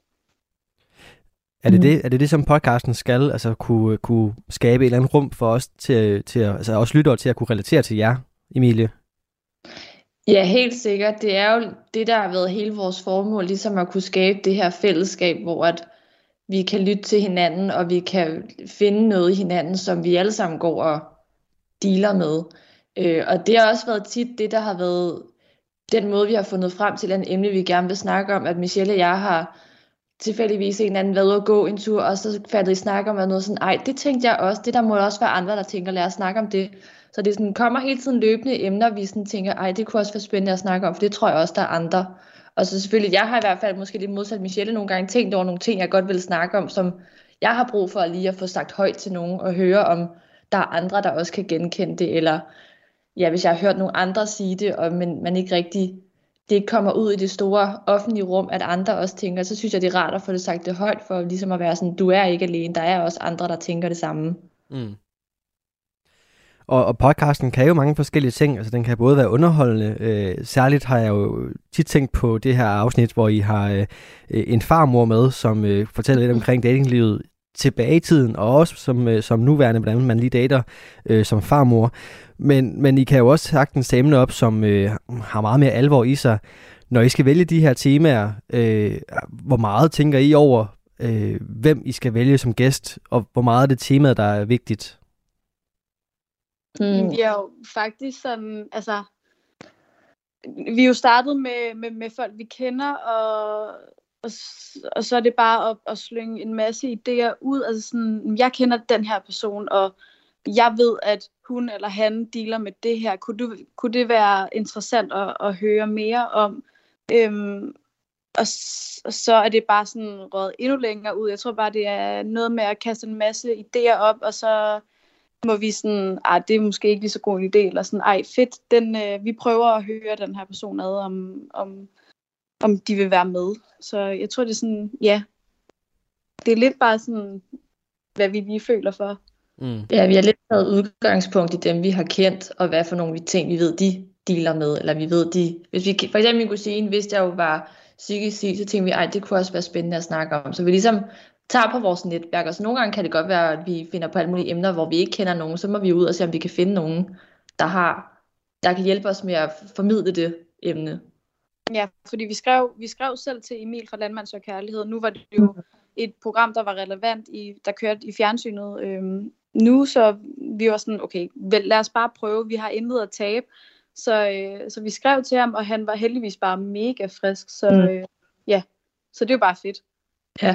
Er det det, er det det, som podcasten skal, altså kunne, kunne skabe et eller andet rum for os til, til altså også lyttere til at kunne relatere til jer, Emilie? Ja, helt sikkert. Det er jo det, der har været hele vores formål, ligesom at kunne skabe det her fællesskab, hvor at vi kan lytte til hinanden, og vi kan finde noget i hinanden, som vi alle sammen går og dealer med. Øh, og det har også været tit det, der har været den måde, vi har fundet frem til en emne, vi gerne vil snakke om, at Michelle og jeg har tilfældigvis en eller anden været ude at gå en tur, og så faldet i snak om noget sådan, ej, det tænkte jeg også, det der må også være andre, der tænker, lad os snakke om det. Så det sådan, kommer hele tiden løbende emner, vi sådan tænker, ej, det kunne også være spændende at snakke om, for det tror jeg også, der er andre. Og så selvfølgelig, jeg har i hvert fald måske lidt modsat Michelle nogle gange tænkt over nogle ting, jeg godt vil snakke om, som jeg har brug for lige at få sagt højt til nogen, og høre om der er andre, der også kan genkende det, eller ja, hvis jeg har hørt nogle andre sige det, og men man ikke rigtig, det ikke kommer ud i det store offentlige rum, at andre også tænker, så synes jeg, det er rart at få det sagt det højt, for ligesom at være sådan, du er ikke alene, der er også andre, der tænker det samme. Mm. Og, og podcasten kan jo mange forskellige ting. Altså, den kan både være underholdende. Øh, særligt har jeg jo tit tænkt på det her afsnit, hvor I har øh, en farmor med, som øh, fortæller lidt omkring datinglivet tilbage i tiden, og også som, øh, som nuværende, hvordan man lige dater øh, som farmor. Men, men I kan jo også sagtens emne op, som øh, har meget mere alvor i sig. Når I skal vælge de her temaer, øh, hvor meget tænker I over, øh, hvem I skal vælge som gæst, og hvor meget er det temaet, der er vigtigt? Mm. Vi er jo faktisk sådan, altså, vi er jo startet med, med, med folk, vi kender, og, og, og så er det bare at, at slynge en masse idéer ud. Altså sådan, jeg kender den her person, og jeg ved, at hun eller han dealer med det her. Kunne, du, kunne det være interessant at, at høre mere om? Øhm, og, og så er det bare sådan røget endnu længere ud. Jeg tror bare, det er noget med at kaste en masse idéer op, og så må vi sådan, ah, det er måske ikke lige så god en idé, eller sådan, ej fedt, den, øh, vi prøver at høre den her person ad, om, om, om de vil være med. Så jeg tror, det er sådan, ja, det er lidt bare sådan, hvad vi lige føler for. Mm. Ja, vi har lidt taget udgangspunkt i dem, vi har kendt, og hvad for nogle vi ting, vi ved, de dealer med, eller vi ved, de, hvis vi, for eksempel min kusine, hvis jeg jo var psykisk syg, så tænkte vi, ej, det kunne også være spændende at snakke om, så vi ligesom tager på vores netværk, og så nogle gange kan det godt være, at vi finder på alle mulige emner, hvor vi ikke kender nogen, så må vi ud og se, om vi kan finde nogen, der har, der kan hjælpe os med at formidle det emne. Ja, fordi vi skrev, vi skrev selv til Emil fra Landmand Søger Kærlighed. Nu var det jo et program, der var relevant, i, der kørte i fjernsynet øhm, nu, så vi var sådan, okay, vel, lad os bare prøve, vi har intet at tabe. Så, øh, så vi skrev til ham, og han var heldigvis bare mega frisk, så mm. øh, ja, så det er jo bare fedt. Ja.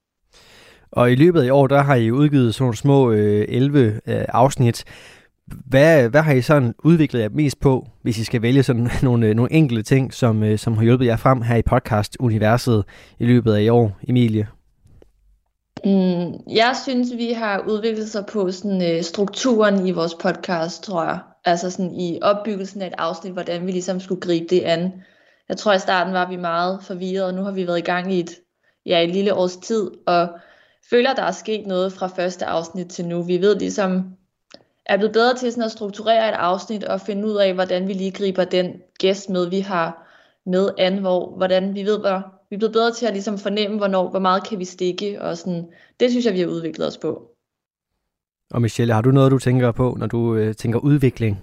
Og i løbet af i år, der har I udgivet sådan nogle små øh, elleve øh, afsnit. Hvad, hvad har I sådan udviklet jer mest på, hvis I skal vælge sådan nogle, nogle enkelte ting, som, øh, som har hjulpet jer frem her i podcast-universet i løbet af i år, Emilie? Mm, jeg synes, vi har udviklet sig på sådan, øh, strukturen i vores podcast, tror jeg. Altså sådan i opbyggelsen af et afsnit, hvordan vi ligesom skulle gribe det an. Jeg tror, i starten var vi meget forvirret, og nu har vi været i gang i et, ja, et lille års tid, og føler, der er sket noget fra første afsnit til nu. Vi ved ligesom, er blevet bedre til sådan at strukturere et afsnit og finde ud af, hvordan vi lige griber den gæst med, vi har med an, hvor, hvordan vi ved, hvor vi er blevet bedre til at ligesom fornemme, hvornår, hvor meget kan vi stikke, og sådan, det synes jeg, vi har udviklet os på. Og Michelle, har du noget, du tænker på, når du øh, tænker udvikling?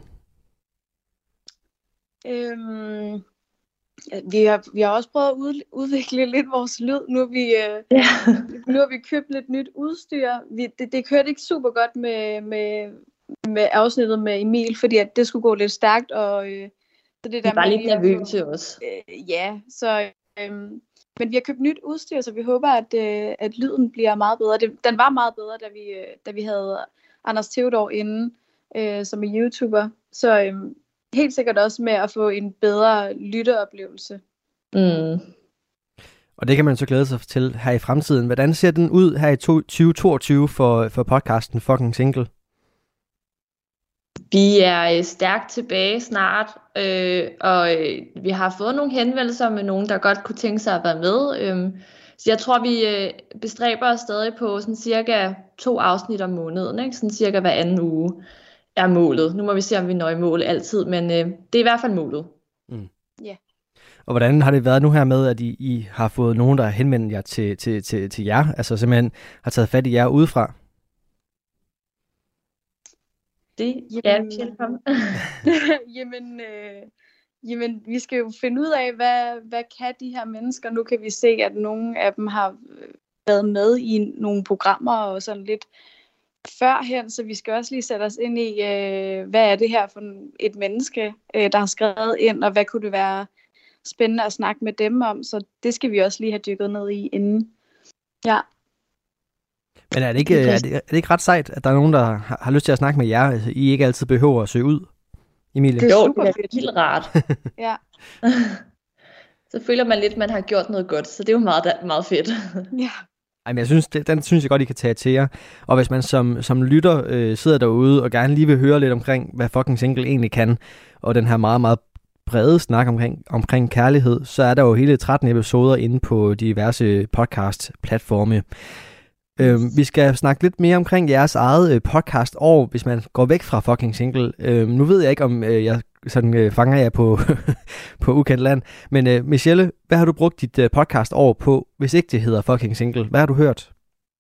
Øhm, vi, har, vi har også prøvet at ud, udvikle lidt vores lyd. Nu har vi, øh, ja. nu har vi købt lidt nyt udstyr. Vi, det, det kørte ikke super godt med, med, med afsnittet med Emil, fordi at det skulle gå lidt stærkt. Og, øh, så det der vi var med, lidt nervøse også. Øh, ja, så... Øh, men vi har købt nyt udstyr, så vi håber, at, øh, at lyden bliver meget bedre. Det, den var meget bedre, da vi, øh, da vi havde Anders Theodor inde, øh, som er YouTuber. Så øh, helt sikkert også med at få en bedre lytteoplevelse. Mm. Og det kan man så glæde sig til her i fremtiden. Hvordan ser den ud her i tyve toogtyve for, for podcasten Fucking Single? Vi er stærkt tilbage snart, øh, og øh, vi har fået nogle henvendelser med nogen, der godt kunne tænke sig at være med. Øh, så jeg tror, vi øh, bestræber os stadig på sådan cirka to afsnit om måneden, ikke? Sådan cirka hver anden uge er målet. Nu må vi se, om vi når i mål altid, men øh, det er i hvert fald målet. Mm. Yeah. Og hvordan har det været nu her med, at I, I har fået nogen, der har henvendt jer til, til, til, til jer, altså simpelthen har taget fat i jer udefra? Det, jamen, ja, jamen, øh, jamen, vi skal jo finde ud af, hvad, hvad kan de her mennesker. Nu kan vi se, at nogle af dem har været med i nogle programmer og sådan lidt førhen, så vi skal også lige sætte os ind i, øh, hvad er det her for et menneske, øh, der har skrevet ind, og hvad kunne det være spændende at snakke med dem om. Så det skal vi også lige have dykket ned i inden. Ja. Men er det, ikke, er, det, er det ikke ret sejt, at der er nogen, der har, har lyst til at snakke med jer, altså I ikke altid behøver at søge ud, Emilie? Det er super jo, det er helt rart. Ja. Så føler man lidt, at man har gjort noget godt, så det er jo meget, meget fedt. Ja. Ej, men jeg synes, det, den synes jeg godt, I kan tage til jer. Og hvis man som, som lytter øh, sidder derude og gerne lige vil høre lidt omkring, hvad Fucking Single egentlig kan, og den her meget, meget brede snak omkring, omkring kærlighed, så er der jo hele tretten episoder inde på diverse podcast-platforme. Øhm, vi skal snakke lidt mere omkring jeres eget øh, podcast år, hvis man går væk fra fucking single. Øhm, nu ved jeg ikke, om øh, jeg sådan øh, fanger jer på, på ukendt land, men øh, Michelle, hvad har du brugt dit øh, podcast år på, hvis ikke det hedder fucking single? Hvad har du hørt?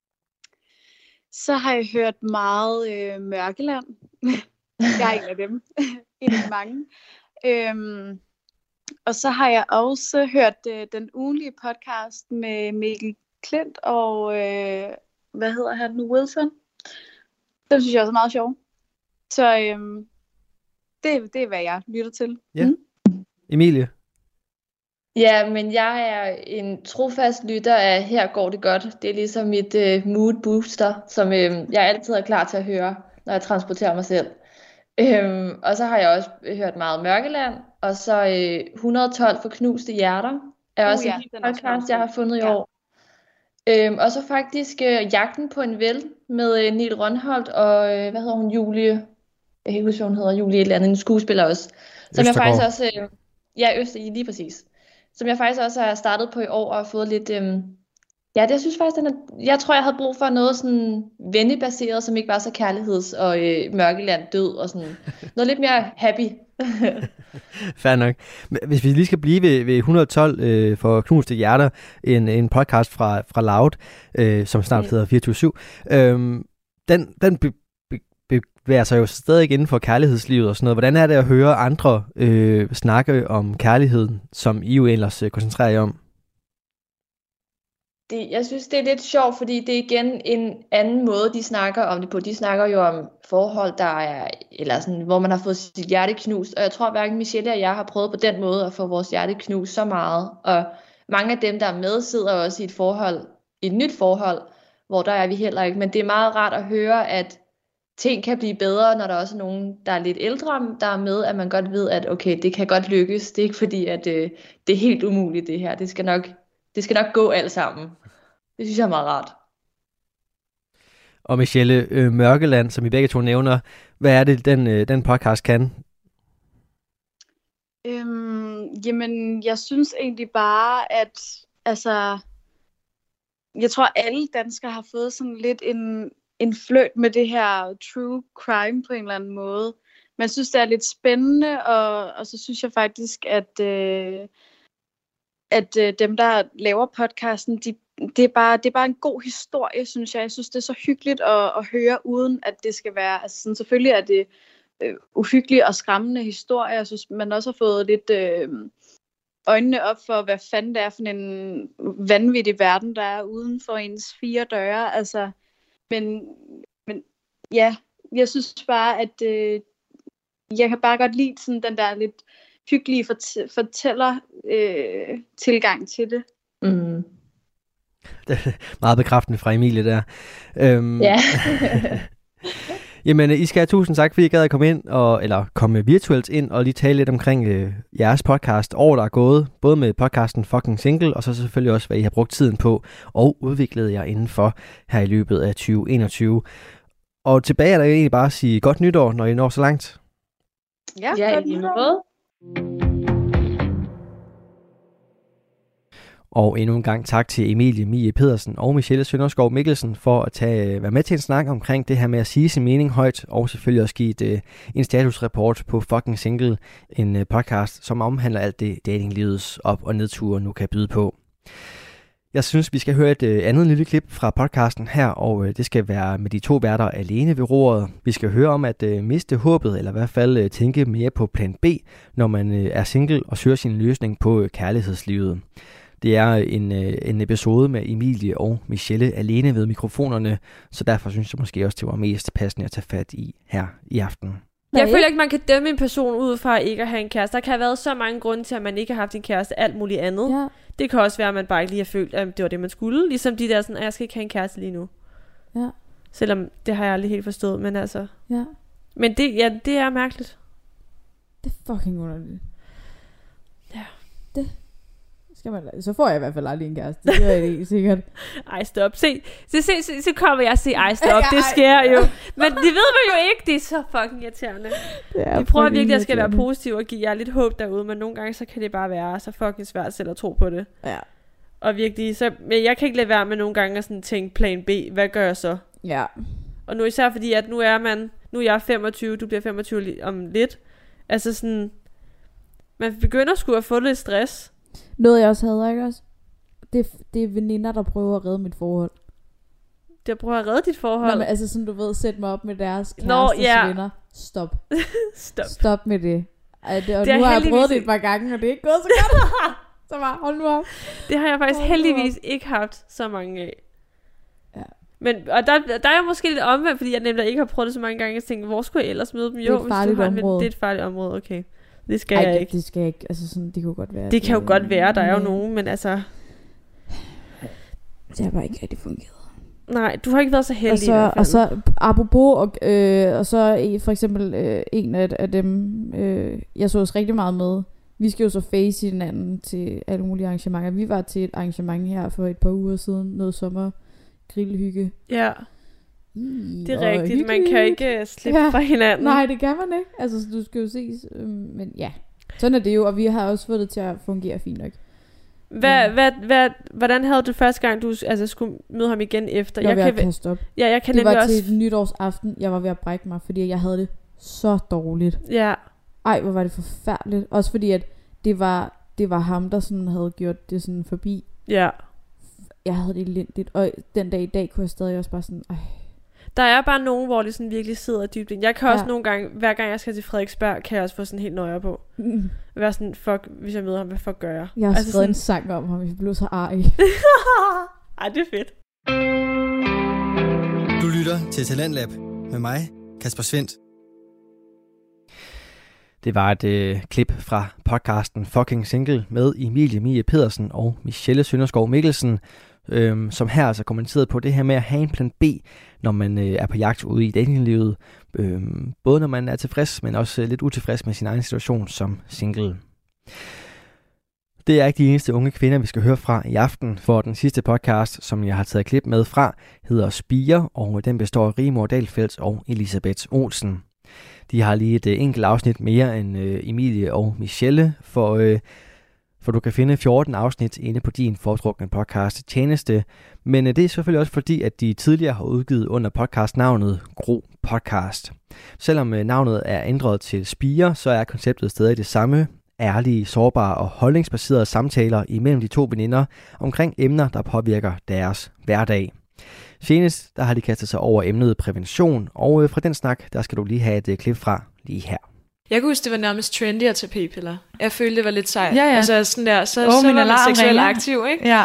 Så har jeg hørt meget øh, Mørkeland. Jeg er en af dem. En af mange. Øhm, og så har jeg også hørt øh, den ugenlige podcast med Mikkel Klint og, øh, hvad hedder han nu, Wilson. Den synes jeg også er meget sjov. Så øhm, det, det er, hvad jeg lytter til. Ja. Mm. Emilie? Ja, men jeg er en trofast lytter af Her går det godt. Det er ligesom mit øh, mood booster, som øh, jeg altid er klar til at høre, når jeg transporterer mig selv. Øhm, og så har jeg også hørt meget Mørkeland, og så øh, et hundrede og tolv for knuste hjerter er Uh, også ja, en den er også podcast, jeg har fundet i Ja. år. Øhm, og så faktisk øh, Jagten på en vel med øh, Niel Rønholdt og, øh, hvad hedder hun, Julie, jeg kan ikke huske, hvad hun hedder, Julie et eller andet, en skuespiller også. Som jeg faktisk også, øh, ja, Øster, lige præcis. Som jeg faktisk også har startet på i år og har fået lidt, øh, ja, det jeg synes faktisk, den er, jeg tror, jeg havde brug for noget sådan vennebaseret, som ikke var så kærligheds- og øh, Mørkeland død og sådan noget lidt mere happy. Fair nok. Men hvis vi lige skal blive ved, ved et hundrede og tolv øh, for knuste hjerter, en, en podcast fra, fra Loud, øh, som snart hedder fireogtyve syv, øh, den, den be, be, bevæger sig jo stadig inden for kærlighedslivet og sådan noget. Hvordan er det at høre andre øh, snakke om kærligheden, som I jo ellers øh, koncentrerer jer om? Det, jeg synes, det er lidt sjovt, fordi det er igen en anden måde, de snakker om det på. De snakker jo om forhold, der er, eller sådan, hvor man har fået sit hjerte knust. Og jeg tror, hverken Michelle og jeg har prøvet på den måde at få vores hjerte knust så meget. Og mange af dem, der er med, sidder også i et forhold, i et nyt forhold, hvor der er vi heller ikke. Men det er meget rart at høre, at ting kan blive bedre, når der også er nogen, der er lidt ældre, der er med, at man godt ved, at okay, det kan godt lykkes. Det er ikke fordi, at øh, det er helt umuligt det her. Det skal nok, det skal nok gå alt sammen. Det synes jeg er meget rart. Og Michelle, øh, Mørkeland, som I begge to nævner, hvad er det, den, øh, den podcast kan? Øhm, jamen, jeg synes egentlig bare, at altså, jeg tror, alle danskere har fået sådan lidt en, en fløjt med det her true crime på en eller anden måde. Man synes, det er lidt spændende, og, og så synes jeg faktisk, at, øh, at øh, dem, der laver podcasten, de Det er, bare, det er bare en god historie, synes jeg. Jeg synes, det er så hyggeligt at, at høre, uden at det skal være... Altså sådan, selvfølgelig er det øh, uhyggelige og skræmmende historier. Jeg synes, man også har fået lidt øh, øjnene op for, hvad fanden det er for en vanvittig verden, der er uden for ens fire døre. Altså, men, men ja, jeg synes bare, at øh, jeg kan bare godt lide sådan, den der lidt hyggelige fort- fortæller øh, tilgang til det. Mm. Meget bekræftende fra Emilie der. Øhm, ja. Jamen, I skal have tusind tak, fordi I gad at komme ind, og, eller komme virtuelt ind og lige tale lidt omkring øh, jeres podcast, år der er gået, både med podcasten Fucking Single, og så selvfølgelig også, hvad I har brugt tiden på, og udviklet jer indenfor her i løbet af tyve enogtyve. Og tilbage er der egentlig bare at sige godt nytår, når I når så langt. Ja, ja godt nytår. Og endnu en gang tak til Emilie Mie Pedersen og Michelle Sønderskov Mikkelsen for at tage, være med til en snak omkring det her med at sige sin mening højt, og selvfølgelig også give et, en statusrapport på Fucking Single, en podcast, som omhandler alt det datinglivets op- og nedture nu kan byde på. Jeg synes, vi skal høre et andet lille klip fra podcasten her, og det skal være med de to værter alene ved roret. Vi skal høre om at miste håbet, eller i hvert fald tænke mere på plan B, når man er single og søger sin løsning på kærlighedslivet. Det er en, en episode med Emilie og Michelle alene ved mikrofonerne, så derfor synes jeg måske også, det var mest passende at tage fat i her i aften. Jeg føler ikke, man kan dømme en person ud fra ikke at have en kæreste. Der kan have været så mange grunde til, at man ikke har haft en kæreste, alt muligt andet. Ja. Det kan også være, at man bare ikke lige har følt, at det var det, man skulle. Ligesom de der sådan, at jeg skal ikke have en kæreste lige nu. Ja. Selvom det har jeg aldrig helt forstået, men altså. Ja. Men det, ja, det er mærkeligt. Det er fucking underligt. Ja. Det skal man, så får jeg i hvert fald aldrig en kæreste. Det er det sikkert. Ej, stop. Se, se, se, se, så kommer jeg og siger, ej, stop. Det sker jo. Men det ved man jo ikke. Det er så fucking irriterende. Vi prøver virkelig, at jeg skal være positiv og give jer lidt håb derude, men nogle gange, så kan det bare være så fucking svært selv at tro på det. Ja. Og virkelig, så, men jeg kan ikke lade være med nogle gange at sådan tænke plan B, hvad gør jeg så? Ja. Og nu især fordi, at nu er man, nu er jeg femogtyve, du bliver femogtyve om lidt. Altså sådan, man begynder sgu at få lidt stress. Noget jeg også havde, ikke også? Det, det er veninder, der prøver at redde mit forhold. Det prøver at redde dit forhold? Nå, men altså sådan, du ved, sætte mig op med deres kæresters Nå, ja. venner. Stop. Stop. Stop med det. Ej, det og det nu har jeg prøvet det ikke... et par gange, og det er ikke gået så godt. Så bare, hold nu op. Det har jeg faktisk hold heldigvis ikke haft så mange af. Ja. Men, og der, der er jeg måske lidt omvendt, fordi jeg nemlig ikke har prøvet det så mange gange. Jeg tænkte, hvor skulle jeg ellers møde dem? Jo, det er et farligt hvis du har, område. Det er et farligt område, okay. Det skal Ej, jeg det, ikke. det skal jeg ikke. Altså sådan, det kunne godt være. Det kan jo øh, godt være, der er jo øh, nogen, men altså... Det har bare ikke rigtig fungeret. Nej, du har ikke været så heldig og så, i hvert fald. Og så apropos, og, øh, og så for eksempel øh, en af, af dem, øh, jeg så også rigtig meget med. Vi skal jo så face hinanden til alle mulige arrangementer. Vi var til et arrangement her for et par uger siden, noget sommer grillhygge. Ja, I, det er rigtigt. Man kan ikke slippe ja. fra hinanden. Nej, det kan man ikke. Altså, du skal jo ses. Øh, men ja, sådan er det jo, og vi har også fået det til at fungere fint nok. Hvad, mm. hvad, hvad, hvordan havde du første gang, du altså, skulle møde ham igen efter? Jeg var ved jeg at kan, kaste op. Ja, jeg kan det var også... til et nytårsaften. Jeg var ved at brække mig, fordi jeg havde det så dårligt. Ja. Ej, hvor var det forfærdeligt. Også fordi, at det var, det var ham, der sådan havde gjort det sådan forbi. Ja. Jeg havde det elendigt. Og den dag i dag kunne jeg stadig også bare sådan... Ej. Der er bare nogen, hvor de sådan virkelig sidder dybt ind. Jeg kan Ja. også nogle gange, hver gang jeg skal til Frederiksberg, kan jeg også få sådan helt nøje på. Mm. Være sådan, fuck, hvis jeg møder ham, hvad fuck gør jeg? Jeg har altså skrevet sådan... en sang om ham, jeg blev så arg. Ej, det er fedt. Du lytter til Talentlab med mig, Kasper Svendt. Det var et øh, klip fra podcasten Fucking Single med Emilie Mie Pedersen og Michelle Sønderskov Mikkelsen, øhm, som her altså kommenterede på det her med at have en plan B, når man øh, er på jagt ude i datinglivet. Øhm, både når man er tilfreds, men også øh, lidt utilfreds med sin egen situation som single. Det er ikke de eneste unge kvinder, vi skal høre fra i aften, for den sidste podcast, som jeg har taget klip med fra, hedder Spire, og den består af Rigmor Dahlfeldt og Elisabeth Olsen. De har lige et øh, enkelt afsnit mere end øh, Emilie og Michelle, for, øh, for du kan finde fjorten afsnit inde på din foretrukne podcast tjeneste. Men øh, det er selvfølgelig også fordi, at de tidligere har udgivet under podcastnavnet Gro Podcast. Selvom øh, navnet er ændret til Spire, så er konceptet stadig det samme. Ærlige, sårbare og holdningsbaserede samtaler imellem de to veninder omkring emner, der påvirker deres hverdag. Senest der har de kastet sig over emnet prævention, og øh, fra den snak, der skal du lige have et øh, klip fra lige her. Jeg kunne huske, det var nærmest trendy at tage p-piller. Jeg følte, det var lidt sejt. Ja, ja. Altså sådan der, så, oh, så var man seksuelt ringer. aktiv, ikke? Ja.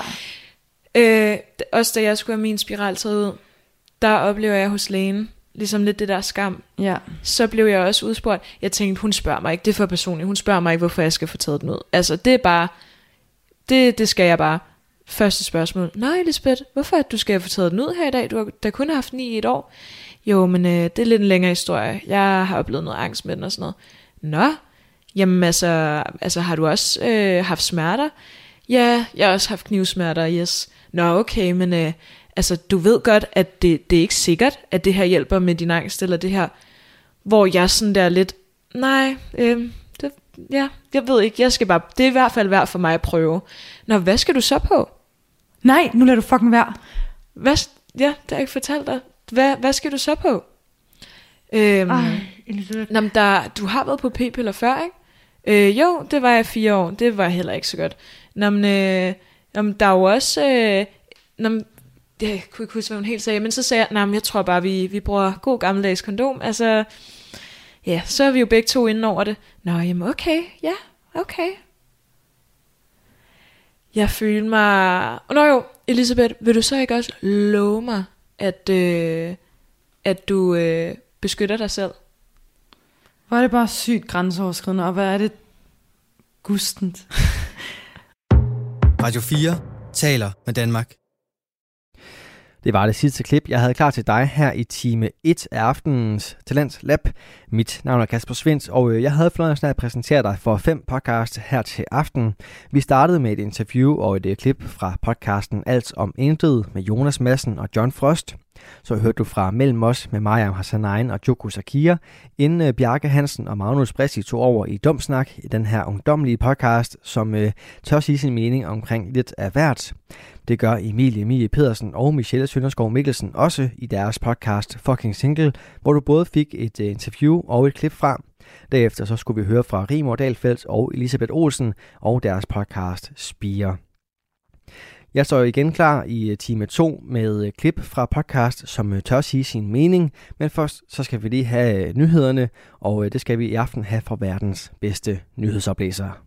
Øh, også da jeg skulle have min spiral taget ud, der oplever jeg hos lægen, ligesom lidt det der skam. Ja. Så blev jeg også udspurgt. Jeg tænkte, hun spørger mig ikke, det er for personligt. Hun spørger mig ikke, hvorfor jeg skal få taget den ud. Altså, det er bare, det, det skal jeg bare. Første spørgsmål. Nej, Elisabeth, hvorfor at du skal få taget den ud her i dag? Du har da kun haft den i et år. Jo, men øh, det er lidt en længere historie. Jeg har oplevet noget angst med den og sådan noget. Nå, jamen altså, altså har du også øh, haft smerter? Ja, jeg har også haft knivsmerter, yes. Nå, okay, men øh, altså, du ved godt, at det, det er ikke sikkert, at det her hjælper med din angst, eller det her, hvor jeg sådan der lidt, nej, øh, det, ja, jeg ved ikke, jeg skal bare, det er i hvert fald værd for mig at prøve. Nå, hvad skal du så på? Nej, nu lader du fucking være. Hvad, ja, det har jeg ikke fortalt dig. Hvad, hvad skal du så på? Øhm, Ej, Elisabeth. Nå, men der, du har været på p-piller før, ikke? Øh, jo, det var jeg fire år. Det var heller ikke så godt. Nå, men, øh, nå, men der er jo også... Øh, nå, men, jeg kunne ikke huske, hvad hun helt sagde, men så sagde jeg, nej, men jeg tror bare, vi, vi bruger god gammeldags kondom. Altså, ja, så er vi jo begge to inde over det. Nå, jamen okay, ja, okay. Jeg følte mig... Nå jo, Elisabeth, vil du så ikke også love mig, at, øh, at du øh, beskytter dig selv? Hvor er det bare sygt grænseoverskridende, og hvad er det gustent? Radio fire taler med Danmark. Det var det sidste klip, jeg havde klar til dig her i time et af aftenens Talent Lab. Mit navn er Kasper Svendt, og jeg havde fornøjelsen af at præsentere dig for fem podcasts her til aften. Vi startede med et interview og et klip fra podcasten Alt om Intet med Jonas Madsen og John Frost. Så hørte du fra Mellem os med Mariam Hassanain og Joko Sakir, inden Bjarke Hansen og Magnus Bressi tog over i Dumsnak i den her ungdomlige podcast, som øh, tør sige sin mening omkring lidt af hvert. Det gør Emilie Mie Pedersen og Michelle Sønderskov Mikkelsen også i deres podcast Fucking Single, hvor du både fik et øh, interview og et klip fra. Derefter så skulle vi høre fra Rigmor Dahlfeldt og Elisabeth Olsen og deres podcast Spire. Jeg står igen klar i time to med klip fra podcast, som tør sige sin mening. Men først så skal vi lige have nyhederne, og det skal vi i aften have fra verdens bedste nyhedsoplæser.